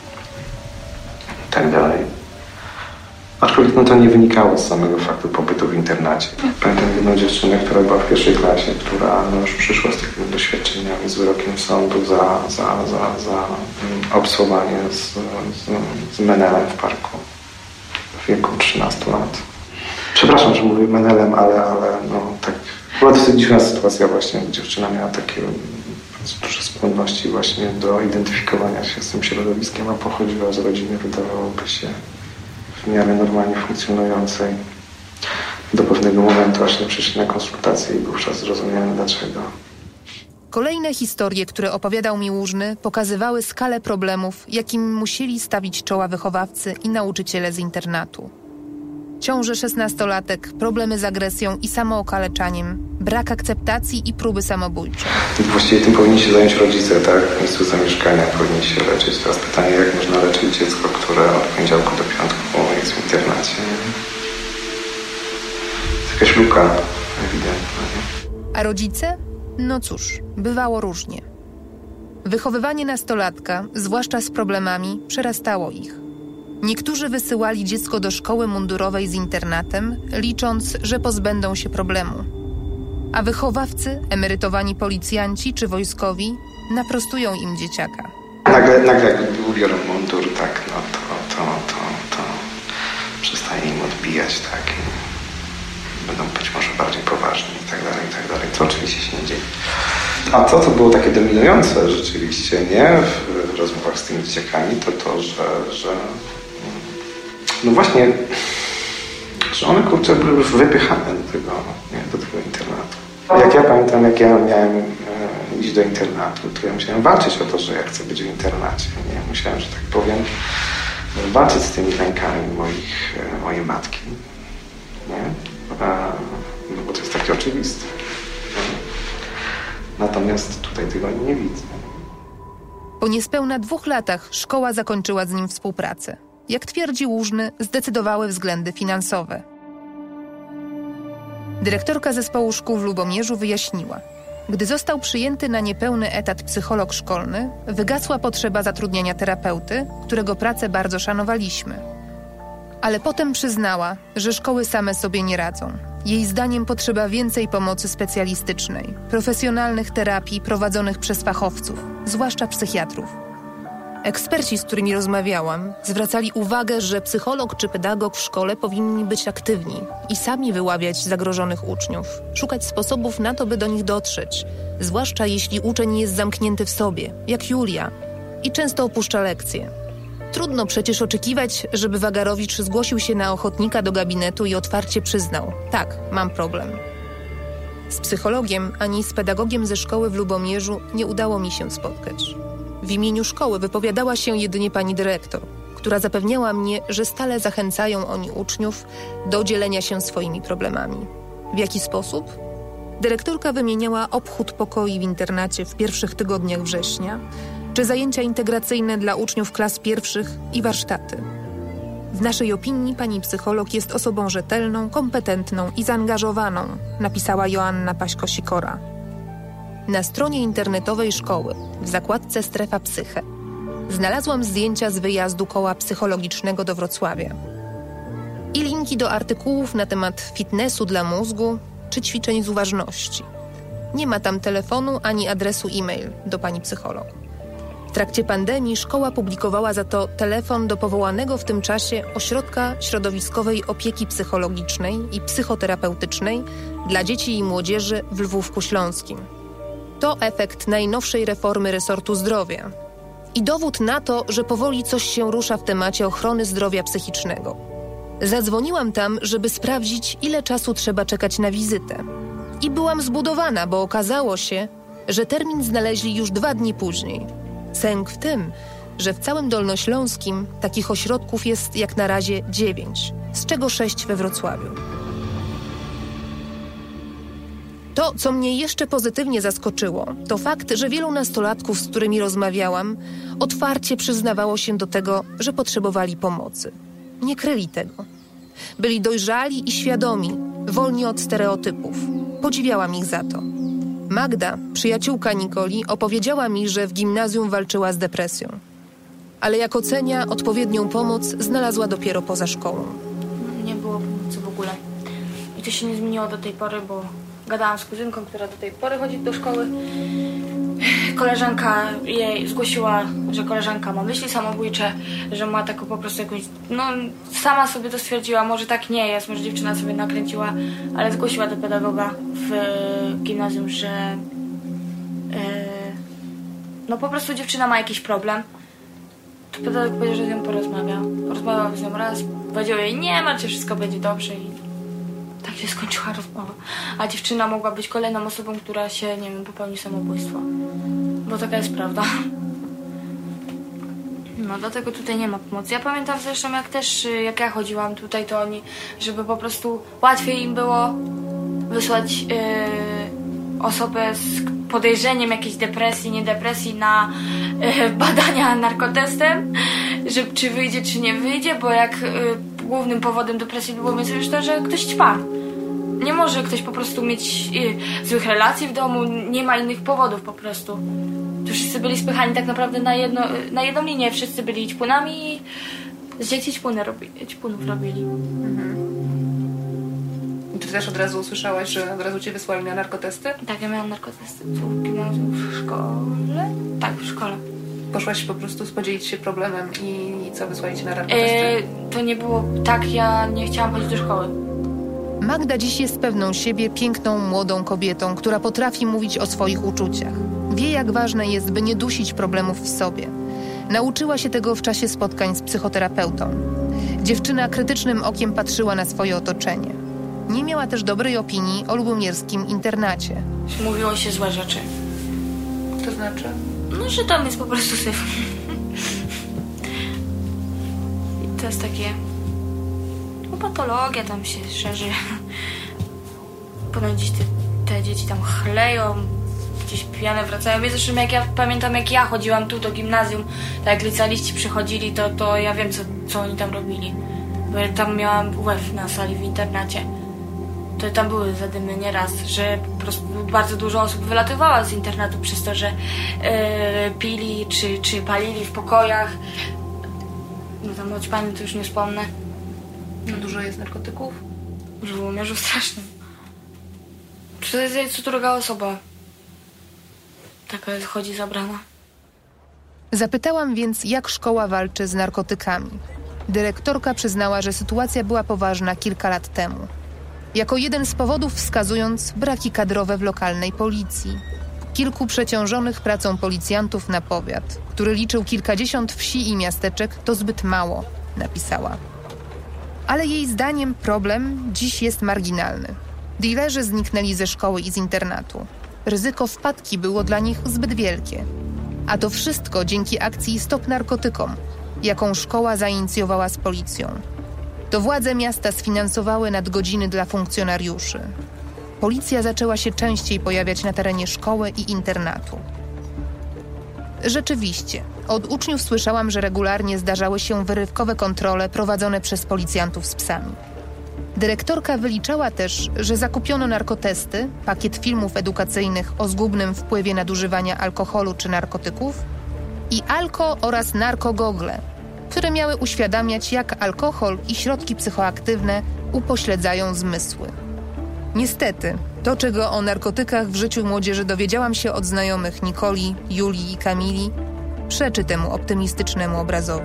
i tak dalej. Aczkolwiek no to nie wynikało z samego faktu pobytu w internacie. Pamiętam jedną dziewczynę, która była w pierwszej klasie, która no już przyszła z takimi doświadczeniami, z wyrokiem sądu za, za, za, za obsłowanie z, z, z menelem w parku w wieku trzynastu lat. Przepraszam, że mówię menelem, ale, ale no tak była dosyć dziwna sytuacja właśnie. Dziewczyna miała takie duże skłonności właśnie do identyfikowania się z tym środowiskiem, a pochodziła z rodziny, wydawałoby się, w miarę normalnie funkcjonującej do pewnego momentu, aż nie przyszli na konsultację i wówczas zrozumiałem dlaczego. Kolejne historie, które opowiadał mi Łużny, pokazywały skalę problemów, jakim musieli stawić czoła wychowawcy i nauczyciele z internatu. Ciąże szesnastolatek, problemy z agresją i samookaleczaniem, brak akceptacji i próby samobójcze. Właściwie tym powinni się zająć rodzice, tak? W miejscu zamieszkania powinni się leczyć. Teraz pytanie, jak można leczyć dziecko, które od poniedziałku do piątku jest w internacie. Jest jakaś luka ewidentna. A rodzice? No cóż, bywało różnie. Wychowywanie nastolatka, zwłaszcza z problemami, przerastało ich. Niektórzy wysyłali dziecko do szkoły mundurowej z internatem, licząc, że pozbędą się problemu. A wychowawcy, emerytowani policjanci czy wojskowi naprostują im dzieciaka. Nagle, nagle jak ubiorą mundur, tak, no to, to, to, to wbijać, tak, i będą być może bardziej poważni i tak dalej, i tak dalej. To oczywiście się nie dzieje. A to, co było takie dominujące rzeczywiście, nie, w rozmowach z tymi dzieciakami, to to, że, że no właśnie, że one, kurczę, były już wypychane do tego, nie, do tego internatu. Jak ja pamiętam, jak ja miałem e, iść do internatu, to ja musiałem walczyć o to, że ja chcę być w internacie. Nie? Musiałem, że tak powiem, walczyć z tymi lękami moich, e, mojej matki. Nie? A, no bo to jest takie oczywiste. Nie? Natomiast tutaj tego nie widzę. Po niespełna dwóch latach szkoła zakończyła z nim współpracę. Jak twierdzi Łużny, zdecydowały względy finansowe. Dyrektorka zespołu szkół w Lubomierzu wyjaśniła, gdy został przyjęty na niepełny etat psycholog szkolny, wygasła potrzeba zatrudnienia terapeuty, którego pracę bardzo szanowaliśmy. Ale potem przyznała, że szkoły same sobie nie radzą. Jej zdaniem potrzeba więcej pomocy specjalistycznej, profesjonalnych terapii prowadzonych przez fachowców, zwłaszcza psychiatrów. Eksperci, z którymi rozmawiałam, zwracali uwagę, że psycholog czy pedagog w szkole powinni być aktywni i sami wyławiać zagrożonych uczniów, szukać sposobów na to, by do nich dotrzeć, zwłaszcza jeśli uczeń jest zamknięty w sobie, jak Julia, i często opuszcza lekcje. Trudno przecież oczekiwać, żeby Wagarowicz zgłosił się na ochotnika do gabinetu i otwarcie przyznał: tak, mam problem. Z psychologiem ani z pedagogiem ze szkoły w Lubomierzu nie udało mi się spotkać. W imieniu szkoły wypowiadała się jedynie pani dyrektor, która zapewniała mnie, że stale zachęcają oni uczniów do dzielenia się swoimi problemami. W jaki sposób? Dyrektorka wymieniała obchód pokoi w internacie w pierwszych tygodniach września, czy zajęcia integracyjne dla uczniów klas pierwszych i warsztaty. W naszej opinii pani psycholog jest osobą rzetelną, kompetentną i zaangażowaną, napisała Joanna Paśko-Sikora. Na stronie internetowej szkoły, w zakładce Strefa Psyche, znalazłam zdjęcia z wyjazdu koła psychologicznego do Wrocławia i linki do artykułów na temat fitnessu dla mózgu czy ćwiczeń z uważności. Nie ma tam telefonu ani adresu e-mail do pani psycholog. W trakcie pandemii szkoła publikowała za to telefon do powołanego w tym czasie Ośrodka Środowiskowej Opieki Psychologicznej i Psychoterapeutycznej dla dzieci i młodzieży w Lwówku Śląskim. To efekt najnowszej reformy resortu zdrowia i dowód na to, że powoli coś się rusza w temacie ochrony zdrowia psychicznego. Zadzwoniłam tam, żeby sprawdzić, ile czasu trzeba czekać na wizytę. I byłam zbudowana, bo okazało się, że termin znaleźli już dwa dni później. Sęk w tym, że w całym Dolnośląskim takich ośrodków jest jak na razie dziewięć, z czego sześć we Wrocławiu. To, co mnie jeszcze pozytywnie zaskoczyło, to fakt, że wielu nastolatków, z którymi rozmawiałam, otwarcie przyznawało się do tego, że potrzebowali pomocy. Nie kryli tego. Byli dojrzali i świadomi, wolni od stereotypów. Podziwiałam ich za to. Magda, przyjaciółka Nikoli, opowiedziała mi, że w gimnazjum walczyła z depresją. Ale jak ocenia, odpowiednią pomoc znalazła dopiero poza szkołą. Nie było pomocy w ogóle. I to się nie zmieniło do tej pory, bo gadałam z kuzynką, która do tej pory chodzi do szkoły. Koleżanka jej zgłosiła, że koleżanka ma myśli samobójcze, że ma taką po prostu jakąś... No, sama sobie to stwierdziła, może tak nie jest, może dziewczyna sobie nakręciła, ale zgłosiła do pedagoga w gimnazjum, że yy, no po prostu dziewczyna ma jakiś problem. To pedagog powiedział, że z nią porozmawia. Porozmawiał z nią raz, powiedział jej: nie martw się, wszystko będzie dobrze. I tak się skończyła rozmowa. A dziewczyna mogła być kolejną osobą, która się, nie wiem, popełni samobójstwo. Bo taka jest prawda. No, dlatego tutaj nie ma pomocy. Ja pamiętam zresztą, jak też, jak ja chodziłam tutaj, to oni, żeby po prostu łatwiej im było wysłać yy, osobę z podejrzeniem jakiejś depresji, nie depresji na yy, badania narkotestem, że czy wyjdzie, czy nie wyjdzie, bo jak yy, głównym powodem depresji było więc już to, że ktoś ćpa. Nie może ktoś po prostu mieć yy, złych relacji w domu, nie ma innych powodów po prostu. To wszyscy byli spychani tak naprawdę na, jedno, na jedną linię, wszyscy byli ćpunami i z dzieci ćpuny robi, ćpunów robili. Mhm. I ty też od razu usłyszałaś, że od razu cię wysłali na narkotesty? Tak, ja miałam narkotesty tu w gimnazjum, w szkole. Tak, w szkole. Poszłaś po prostu podzielić się problemem i, i co, wysłali cię na randkę? E, to nie było tak, ja nie chciałam chodzić do szkoły. Magda dziś jest pewną siebie, piękną, młodą kobietą, która potrafi mówić o swoich uczuciach. Wie, jak ważne jest, by nie dusić problemów w sobie. Nauczyła się tego w czasie spotkań z psychoterapeutą. Dziewczyna krytycznym okiem patrzyła na swoje otoczenie. Nie miała też dobrej opinii o lubomierskim internacie. Mówiło się złe rzeczy. To znaczy? No, że tam jest po prostu syf. I to jest takie... No, patologia tam się szerzy. Ponoć gdzieś te, te dzieci tam chleją, gdzieś pijane wracają. Wiesz, zresztą jak ja pamiętam, jak ja chodziłam tu do gimnazjum, tak jak licealiści przychodzili, to, to ja wiem, co, co oni tam robili. Bo ja tam miałam U E F na sali w internacie. To tam były zadymy nieraz, że po prostu bardzo dużo osób wylatywała z internatu przez to, że yy, pili czy, czy palili w pokojach. No tam choć pani to już nie wspomnę. No, dużo jest narkotyków? W Żołomierzu strasznym. To jest co druga osoba. Taka jest, chodzi zabrana. Zapytałam więc, jak szkoła walczy z narkotykami. Dyrektorka przyznała, że sytuacja była poważna kilka lat temu. Jako jeden z powodów wskazując braki kadrowe w lokalnej policji. Kilku przeciążonych pracą policjantów na powiat, który liczył kilkadziesiąt wsi i miasteczek, to zbyt mało, napisała. Ale jej zdaniem problem dziś jest marginalny. Dilerzy zniknęli ze szkoły i z internatu. Ryzyko wpadki było dla nich zbyt wielkie. A to wszystko dzięki akcji Stop Narkotykom, jaką szkoła zainicjowała z policją. To władze miasta sfinansowały nadgodziny dla funkcjonariuszy. Policja zaczęła się częściej pojawiać na terenie szkoły i internatu. Rzeczywiście, od uczniów słyszałam, że regularnie zdarzały się wyrywkowe kontrole prowadzone przez policjantów z psami. Dyrektorka wyliczała też, że zakupiono narkotesty, pakiet filmów edukacyjnych o zgubnym wpływie nadużywania alkoholu czy narkotyków i alko oraz narkogogle, które miały uświadamiać, jak alkohol i środki psychoaktywne upośledzają zmysły. Niestety, to, czego o narkotykach w życiu młodzieży dowiedziałam się od znajomych Nikoli, Julii i Kamili, przeczy temu optymistycznemu obrazowi.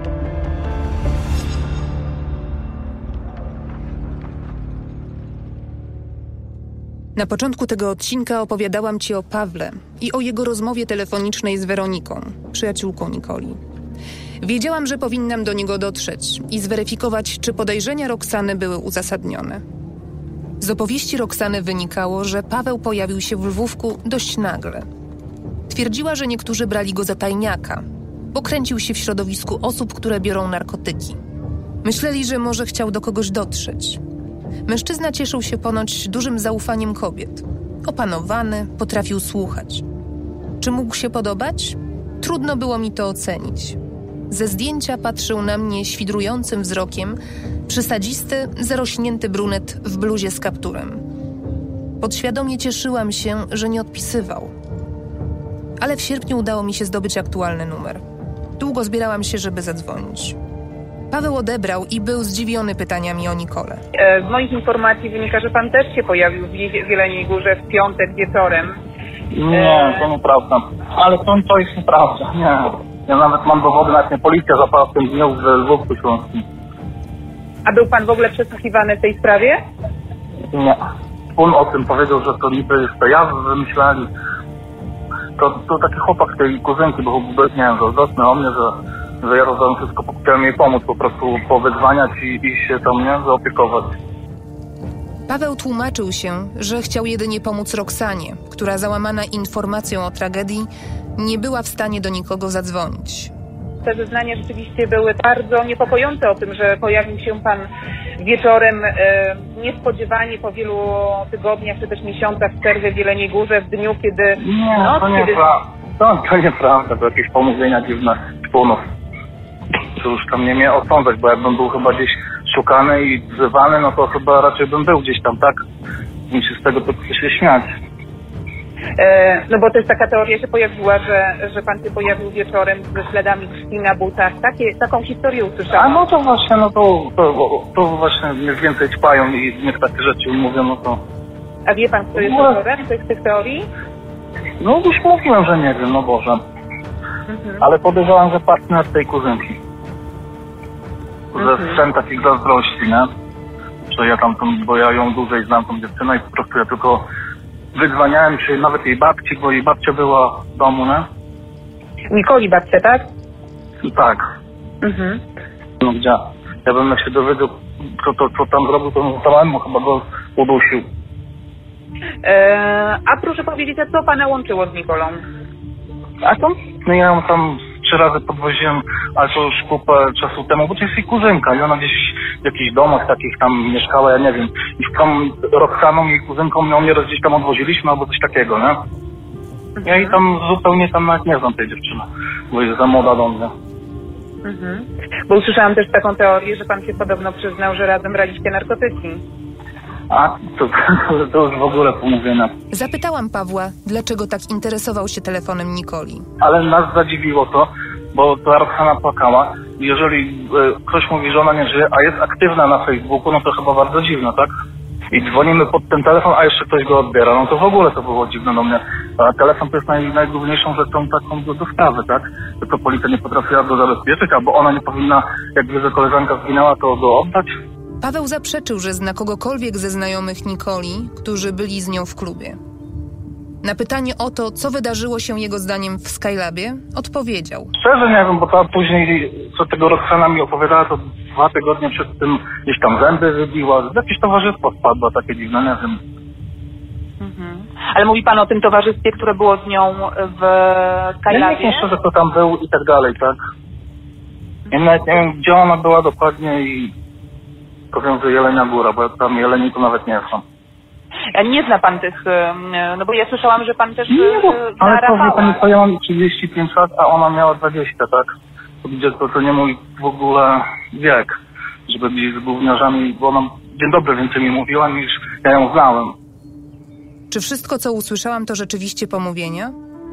Na początku tego odcinka opowiadałam Ci o Pawle i o jego rozmowie telefonicznej z Weroniką, przyjaciółką Nikoli. Wiedziałam, że powinnam do niego dotrzeć i zweryfikować, czy podejrzenia Roxany były uzasadnione. Z opowieści Roxany wynikało, że Paweł pojawił się w Lwówku dość nagle. Twierdziła, że niektórzy brali go za tajniaka, bo kręcił się w środowisku osób, które biorą narkotyki. Myśleli, że może chciał do kogoś dotrzeć. Mężczyzna cieszył się ponoć dużym zaufaniem kobiet. Opanowany, potrafił słuchać. Czy mógł się podobać? Trudno było mi to ocenić. Ze zdjęcia patrzył na mnie świdrującym wzrokiem przysadzisty, zarośnięty brunet w bluzie z kapturem. Podświadomie cieszyłam się, że nie odpisywał. Ale w sierpniu udało mi się zdobyć aktualny numer. Długo zbierałam się, żeby zadzwonić. Paweł odebrał i był zdziwiony pytaniami o Nikolę. Z moich informacji wynika, że pan też się pojawił w Jeleniej Górze w piątek wieczorem. Nie, to nieprawda. Ale to, to jest nieprawda, nie. Ja nawet mam dowody, nawet mnie policja zapała w tym dniu w Lwówku Śląskim. A był pan w ogóle przesłuchiwany w tej sprawie? Nie. On o tym powiedział, że to niby jest to ja wymyślali. To, to taki chłopak tej kuzynki, bo nie wiem, że zasnę o mnie, że, że ja rozdałem wszystko, chciałem jej pomóc, po prostu powydzwaniać i, i się tam, nie, zaopiekować. Paweł tłumaczył się, że chciał jedynie pomóc Roxanie, która załamana informacją o tragedii nie była w stanie do nikogo zadzwonić. Te zeznania rzeczywiście były bardzo niepokojące o tym, że pojawił się pan wieczorem e, niespodziewanie po wielu tygodniach czy też miesiącach przerwy w Jeleniej Górze w dniu, kiedy... Nie, no, to, kiedy... niepra- to, to nieprawda, to jakieś pomówienia dziwne szpunów. To już tam nie mnie osądzać, bo jakbym był chyba gdzieś szukany i wzywany, no to chyba raczej bym był gdzieś tam, tak? Niż się z tego to się śmiać. E, no bo też taka teoria się pojawiła, że, że pan się pojawił wieczorem ze śladami krwi na butach. Takie, taką historię usłyszałam. A no to właśnie, no to, to, to właśnie mnie więcej ćpają i niech takie rzeczy mówią, no to... A wie pan, kto jest autorem tych, tych teorii? No już mówiłem, że nie wiem, no Boże. Mhm. Ale podejrzewam, że partner tej kuzynki. Ze Mhm. scen takich zazdrości, nie? Że ja tam, bo ja ją dłużej znam, tą dziewczynę i po prostu ja tylko wydzwaniałem się nawet jej babci, bo jej babcia była w domu, nie? Nikoli babcia, tak? I tak. Mhm. No gdzie? Ja bym jak się dowiedział, co, to, co tam zrobił, to samemu chyba go udusił. E, a proszę powiedzieć, a co pana łączyło z Nikolą? A to? No ja ją tam trzy razy podwoziłem, ale to już kupę czasu temu, bo to jest jej kuzynka i ona gdzieś w jakichś domach takich tam mieszkała, ja nie wiem. I z tą Roxaną, jej kuzynką, ją nieraz gdzieś tam odwoziliśmy albo coś takiego, nie? Ja i tam zupełnie tam nawet nie znam tej dziewczyny, bo jest za młoda do mnie. Mhm. Bo usłyszałam też taką teorię, że pan się podobno przyznał, że razem braliście narkotyki. A, to, to już w ogóle pomówienia. Zapytałam Pawła, dlaczego tak interesował się telefonem Nikoli. Ale nas zadziwiło to, bo ta Roxana płakała. Jeżeli e, ktoś mówi, że ona nie żyje, a jest aktywna na Facebooku, no to chyba bardzo dziwne, tak? I dzwonimy pod ten telefon, a jeszcze ktoś go odbiera. No to w ogóle to było dziwne do mnie. A telefon to jest naj, najgłówniejszą rzeczą taką do, do sprawy, tak? To policja nie potrafiła go zabezpieczyć, albo ona nie powinna, jak wie, że koleżanka zginęła, to go oddać. Paweł zaprzeczył, że zna kogokolwiek ze znajomych Nikoli, którzy byli z nią w klubie. Na pytanie o to, co wydarzyło się jego zdaniem w Skylabie, odpowiedział. Szczerze nie wiem, bo ta później, co tego Roxana mi opowiadała, to dwa tygodnie przed tym gdzieś tam zęby wybiła. Jakieś towarzystwo wpadło, takie dziwne, nie wiem. Mhm. Ale mówi pan o tym towarzystwie, które było z nią w Skylabie? Ja nie wiem szczerze, kto tam był i tak dalej, tak? Ja nawet nie wiem, gdzie ona była dokładnie i powiem, że Jelenia Góra, bo ja tam Jeleni to nawet nie znam. A nie zna pan tych, no bo ja słyszałam, że pan też Nie, bo, zna ale to, wie Rafała. pani, co ja mam trzydzieści pięć lat, a ona miała dwadzieścia, tak? To, gdzie to, to nie mój w ogóle wiek, żeby być z gówniarzami, bo ona dzień dobry więcej mi mówiła, niż ja ją znałem. Czy wszystko, co usłyszałam, to rzeczywiście pomówienia?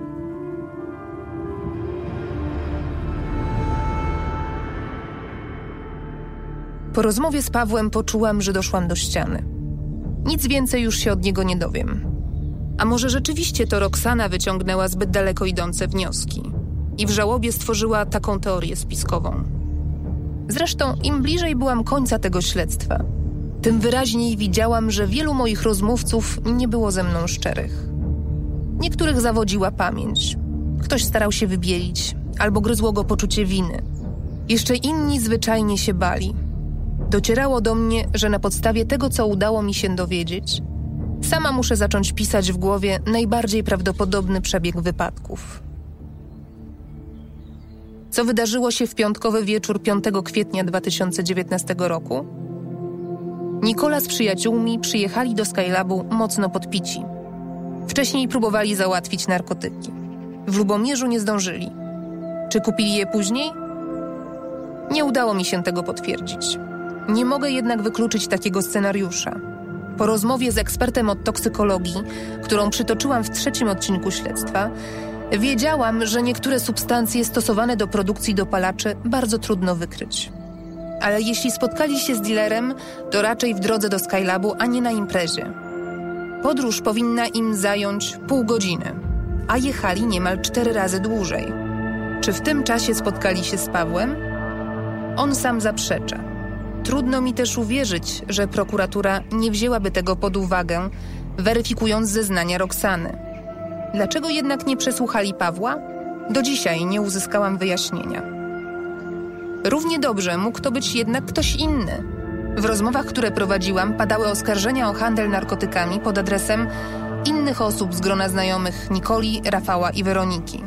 Po rozmowie z Pawłem poczułam, że doszłam do ściany. Nic więcej już się od niego nie dowiem. A może rzeczywiście to Roxana wyciągnęła zbyt daleko idące wnioski i w żałobie stworzyła taką teorię spiskową. Zresztą im bliżej byłam końca tego śledztwa, tym wyraźniej widziałam, że wielu moich rozmówców nie było ze mną szczerych. Niektórych zawodziła pamięć. Ktoś starał się wybielić, albo gryzło go poczucie winy. Jeszcze inni zwyczajnie się bali. Docierało do mnie, że na podstawie tego, co udało mi się dowiedzieć, sama muszę zacząć pisać w głowie najbardziej prawdopodobny przebieg wypadków. Co wydarzyło się w piątkowy wieczór piątego kwietnia dwa tysiące dziewiętnastego roku? Nikola z przyjaciółmi przyjechali do Skylabu mocno podpici. Wcześniej próbowali załatwić narkotyki. W Lubomierzu nie zdążyli. Czy kupili je później? Nie udało mi się tego potwierdzić. Nie mogę jednak wykluczyć takiego scenariusza. Po rozmowie z ekspertem od toksykologii, którą przytoczyłam w trzecim odcinku śledztwa, wiedziałam, że niektóre substancje stosowane do produkcji dopalaczy bardzo trudno wykryć. Ale jeśli spotkali się z dealerem, to raczej w drodze do Skylabu, a nie na imprezie. Podróż powinna im zająć pół godziny, a jechali niemal cztery razy dłużej. Czy w tym czasie spotkali się z Pawłem? On sam zaprzecza. Trudno mi też uwierzyć, że prokuratura nie wzięłaby tego pod uwagę, weryfikując zeznania Roxany. Dlaczego jednak nie przesłuchali Pawła? Do dzisiaj nie uzyskałam wyjaśnienia. Równie dobrze mógł to być jednak ktoś inny. W rozmowach, które prowadziłam, padały oskarżenia o handel narkotykami pod adresem innych osób z grona znajomych Nikoli, Rafała i Weroniki.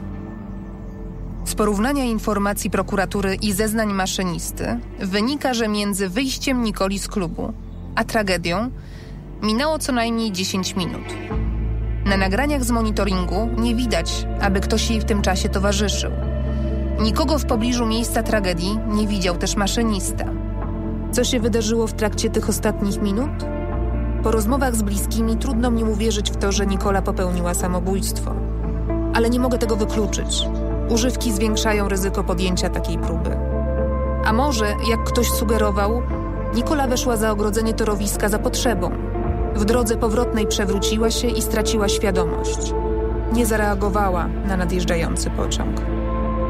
Z porównania informacji prokuratury i zeznań maszynisty wynika, że między wyjściem Nikoli z klubu a tragedią minęło co najmniej dziesięć minut. Na nagraniach z monitoringu nie widać, aby ktoś jej w tym czasie towarzyszył. Nikogo w pobliżu miejsca tragedii nie widział też maszynista. Co się wydarzyło w trakcie tych ostatnich minut? Po rozmowach z bliskimi trudno mi uwierzyć w to, że Nikola popełniła samobójstwo. Ale nie mogę tego wykluczyć. Używki zwiększają ryzyko podjęcia takiej próby. A może, jak ktoś sugerował, Nikola weszła za ogrodzenie torowiska za potrzebą. W drodze powrotnej przewróciła się i straciła świadomość. Nie zareagowała na nadjeżdżający pociąg.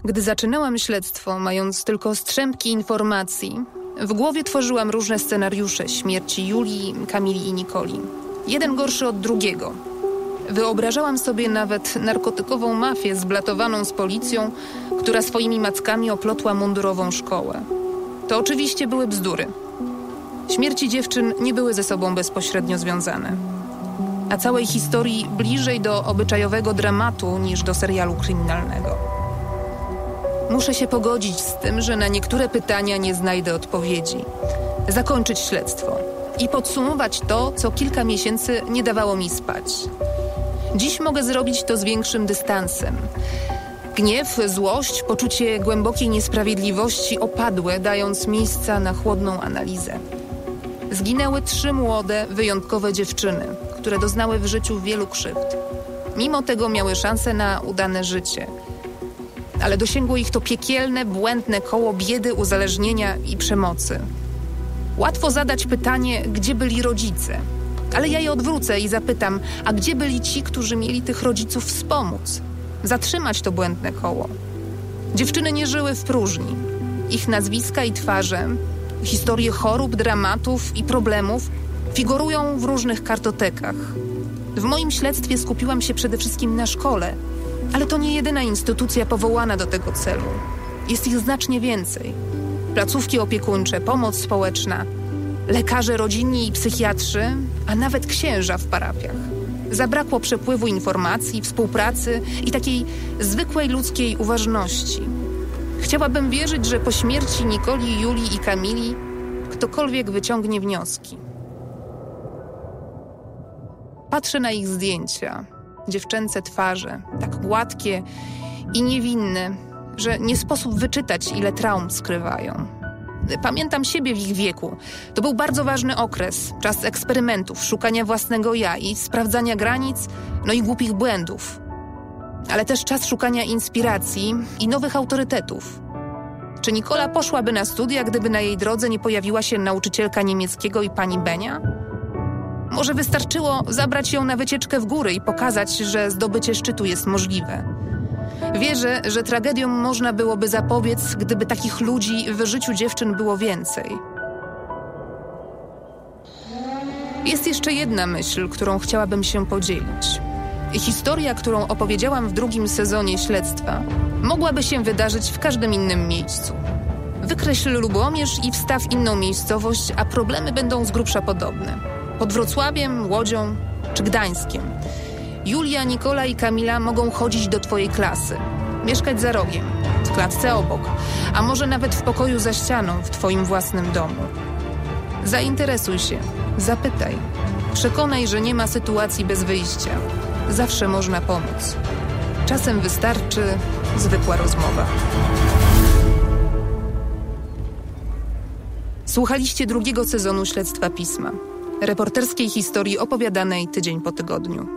Gdy zaczynałam śledztwo, mając tylko strzępki informacji, w głowie tworzyłam różne scenariusze śmierci Julii, Kamili i Nikoli. Jeden gorszy od drugiego. Wyobrażałam sobie nawet narkotykową mafię zblatowaną z policją, która swoimi mackami oplotła mundurową szkołę. To oczywiście były bzdury. Śmierci dziewczyn nie były ze sobą bezpośrednio związane. A całej historii bliżej do obyczajowego dramatu niż do serialu kryminalnego. Muszę się pogodzić z tym, że na niektóre pytania nie znajdę odpowiedzi. Zakończyć śledztwo i podsumować to, co kilka miesięcy nie dawało mi spać. Dziś mogę zrobić to z większym dystansem. Gniew, złość, poczucie głębokiej niesprawiedliwości opadły, dając miejsca na chłodną analizę. Zginęły trzy młode, wyjątkowe dziewczyny, które doznały w życiu wielu krzywd. Mimo tego miały szansę na udane życie. Ale dosięgło ich to piekielne, błędne koło biedy, uzależnienia i przemocy. Łatwo zadać pytanie, gdzie byli rodzice. Ale ja je odwrócę i zapytam, a gdzie byli ci, którzy mieli tych rodziców wspomóc? Zatrzymać to błędne koło. Dziewczyny nie żyły w próżni. Ich nazwiska i twarze, historie chorób, dramatów i problemów figurują w różnych kartotekach. W moim śledztwie skupiłam się przede wszystkim na szkole, ale to nie jedyna instytucja powołana do tego celu. Jest ich znacznie więcej. Placówki opiekuńcze, pomoc społeczna, lekarze rodzinni i psychiatrzy, a nawet księża w parafiach. Zabrakło przepływu informacji, współpracy i takiej zwykłej ludzkiej uważności. Chciałabym wierzyć, że po śmierci Nikoli, Julii i Kamili ktokolwiek wyciągnie wnioski. Patrzę na ich zdjęcia, dziewczęce twarze, tak gładkie i niewinne, że nie sposób wyczytać, ile traum skrywają. Pamiętam siebie w ich wieku. To był bardzo ważny okres, czas eksperymentów, szukania własnego ja i sprawdzania granic, no i głupich błędów. Ale też czas szukania inspiracji i nowych autorytetów. Czy Nikola poszłaby na studia, gdyby na jej drodze nie pojawiła się nauczycielka niemieckiego i pani Benia? Może wystarczyło zabrać ją na wycieczkę w góry i pokazać, że zdobycie szczytu jest możliwe. Wierzę, że tragediom można byłoby zapobiec, gdyby takich ludzi w życiu dziewczyn było więcej. Jest jeszcze jedna myśl, którą chciałabym się podzielić. Historia, którą opowiedziałam w drugim sezonie śledztwa, mogłaby się wydarzyć w każdym innym miejscu. Wykreśl Lubomierz i wstaw inną miejscowość, a problemy będą z grubsza podobne. Pod Wrocławiem, Łodzią czy Gdańskiem. Julia, Nikola i Kamila mogą chodzić do twojej klasy, mieszkać za rogiem, w klatce obok, a może nawet w pokoju za ścianą w twoim własnym domu. Zainteresuj się, zapytaj. Przekonaj, że nie ma sytuacji bez wyjścia. Zawsze można pomóc. Czasem wystarczy zwykła rozmowa. Słuchaliście drugiego sezonu Śledztwa Pisma. Reporterskiej historii opowiadanej tydzień po tygodniu.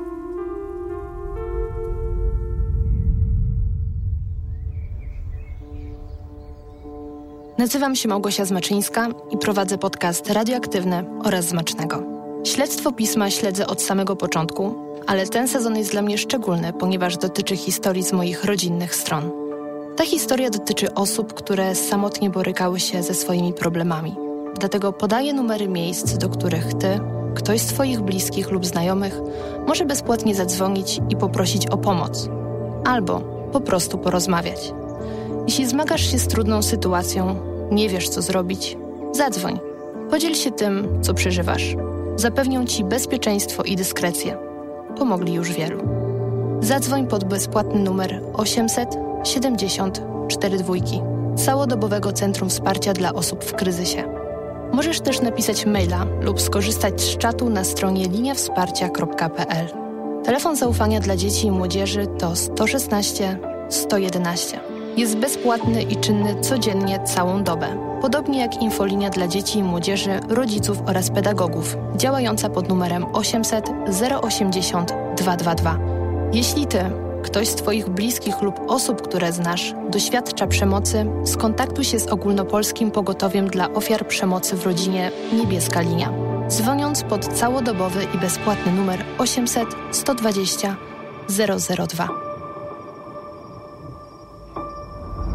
Nazywam się Małgosia Zmaczyńska i prowadzę podcast Radioaktywny oraz Zmacznego. Śledztwo Pisma śledzę od samego początku, ale ten sezon jest dla mnie szczególny, ponieważ dotyczy historii z moich rodzinnych stron. Ta historia dotyczy osób, które samotnie borykały się ze swoimi problemami. Dlatego podaję numery miejsc, do których ty, ktoś z twoich bliskich lub znajomych może bezpłatnie zadzwonić i poprosić o pomoc. Albo po prostu porozmawiać. Jeśli zmagasz się z trudną sytuacją, nie wiesz co zrobić, zadzwoń. Podziel się tym, co przeżywasz. Zapewnią ci bezpieczeństwo i dyskrecję. Pomogli już wielu. Zadzwoń pod bezpłatny numer osiemset siedemdziesiąt cztery dwójki Całodobowego Centrum Wsparcia dla Osób w Kryzysie. Możesz też napisać maila lub skorzystać z czatu na stronie linia wsparcia kropka p l. Telefon zaufania dla dzieci i młodzieży to sto szesnaście sto jedenaście. Jest bezpłatny i czynny codziennie całą dobę. Podobnie jak infolinia dla dzieci i młodzieży, rodziców oraz pedagogów, działająca pod numerem osiemset zero osiemdziesiąt dwieście dwadzieścia dwa. Jeśli ty, ktoś z twoich bliskich lub osób, które znasz, doświadcza przemocy, skontaktuj się z ogólnopolskim pogotowiem dla ofiar przemocy w rodzinie Niebieska Linia. Dzwoniąc pod całodobowy i bezpłatny numer osiemset sto dwadzieścia zero zero dwa.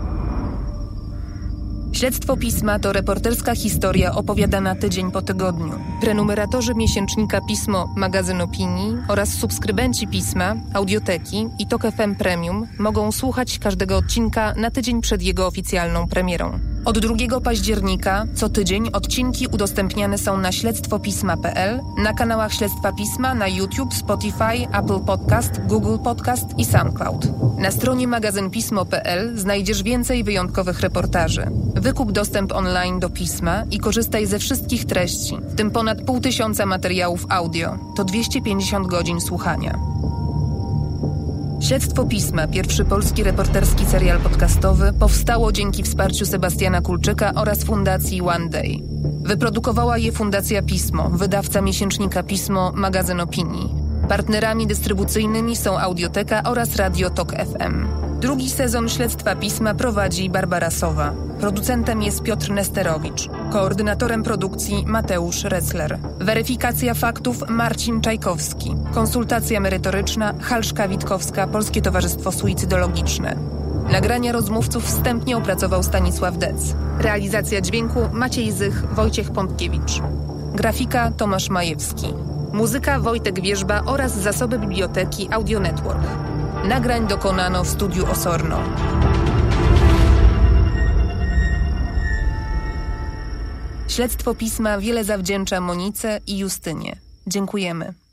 Śledztwo Pisma to reporterska historia opowiadana tydzień po tygodniu. Prenumeratorzy miesięcznika Pismo, magazyn opinii oraz subskrybenci Pisma, Audioteki i Tok F M Premium mogą słuchać każdego odcinka na tydzień przed jego oficjalną premierą. Od drugiego października co tydzień odcinki udostępniane są na śledztwo pisma kropka p l, na kanałach Śledztwa Pisma na YouTube, Spotify, Apple Podcast, Google Podcast i SoundCloud. Na stronie magazyn pismo kropka p l znajdziesz więcej wyjątkowych reportaży. Wykup dostęp online do Pisma i korzystaj ze wszystkich treści, w tym ponad pół tysiąca materiałów audio. To dwieście pięćdziesiąt godzin słuchania. Śledztwo Pisma, pierwszy polski reporterski serial podcastowy, powstało dzięki wsparciu Sebastiana Kulczyka oraz Fundacji One Day. Wyprodukowała je Fundacja Pismo, wydawca miesięcznika Pismo, magazyn opinii. Partnerami dystrybucyjnymi są Audioteka oraz Radio Tok F M. Drugi sezon Śledztwa Pisma prowadzi Barbara Sowa. Producentem jest Piotr Nesterowicz. Koordynatorem produkcji Mateusz Retzler. Weryfikacja faktów Marcin Czajkowski. Konsultacja merytoryczna Halszka Witkowska, Polskie Towarzystwo Suicydologiczne. Nagrania rozmówców wstępnie opracował Stanisław Dec. Realizacja dźwięku Maciej Zych, Wojciech Pątkiewicz. Grafika Tomasz Majewski. Muzyka Wojtek Wierzba oraz zasoby biblioteki Audio Network. Nagrań dokonano w studiu Osorno. Śledztwo Pisma wiele zawdzięcza Monice i Justynie. Dziękujemy.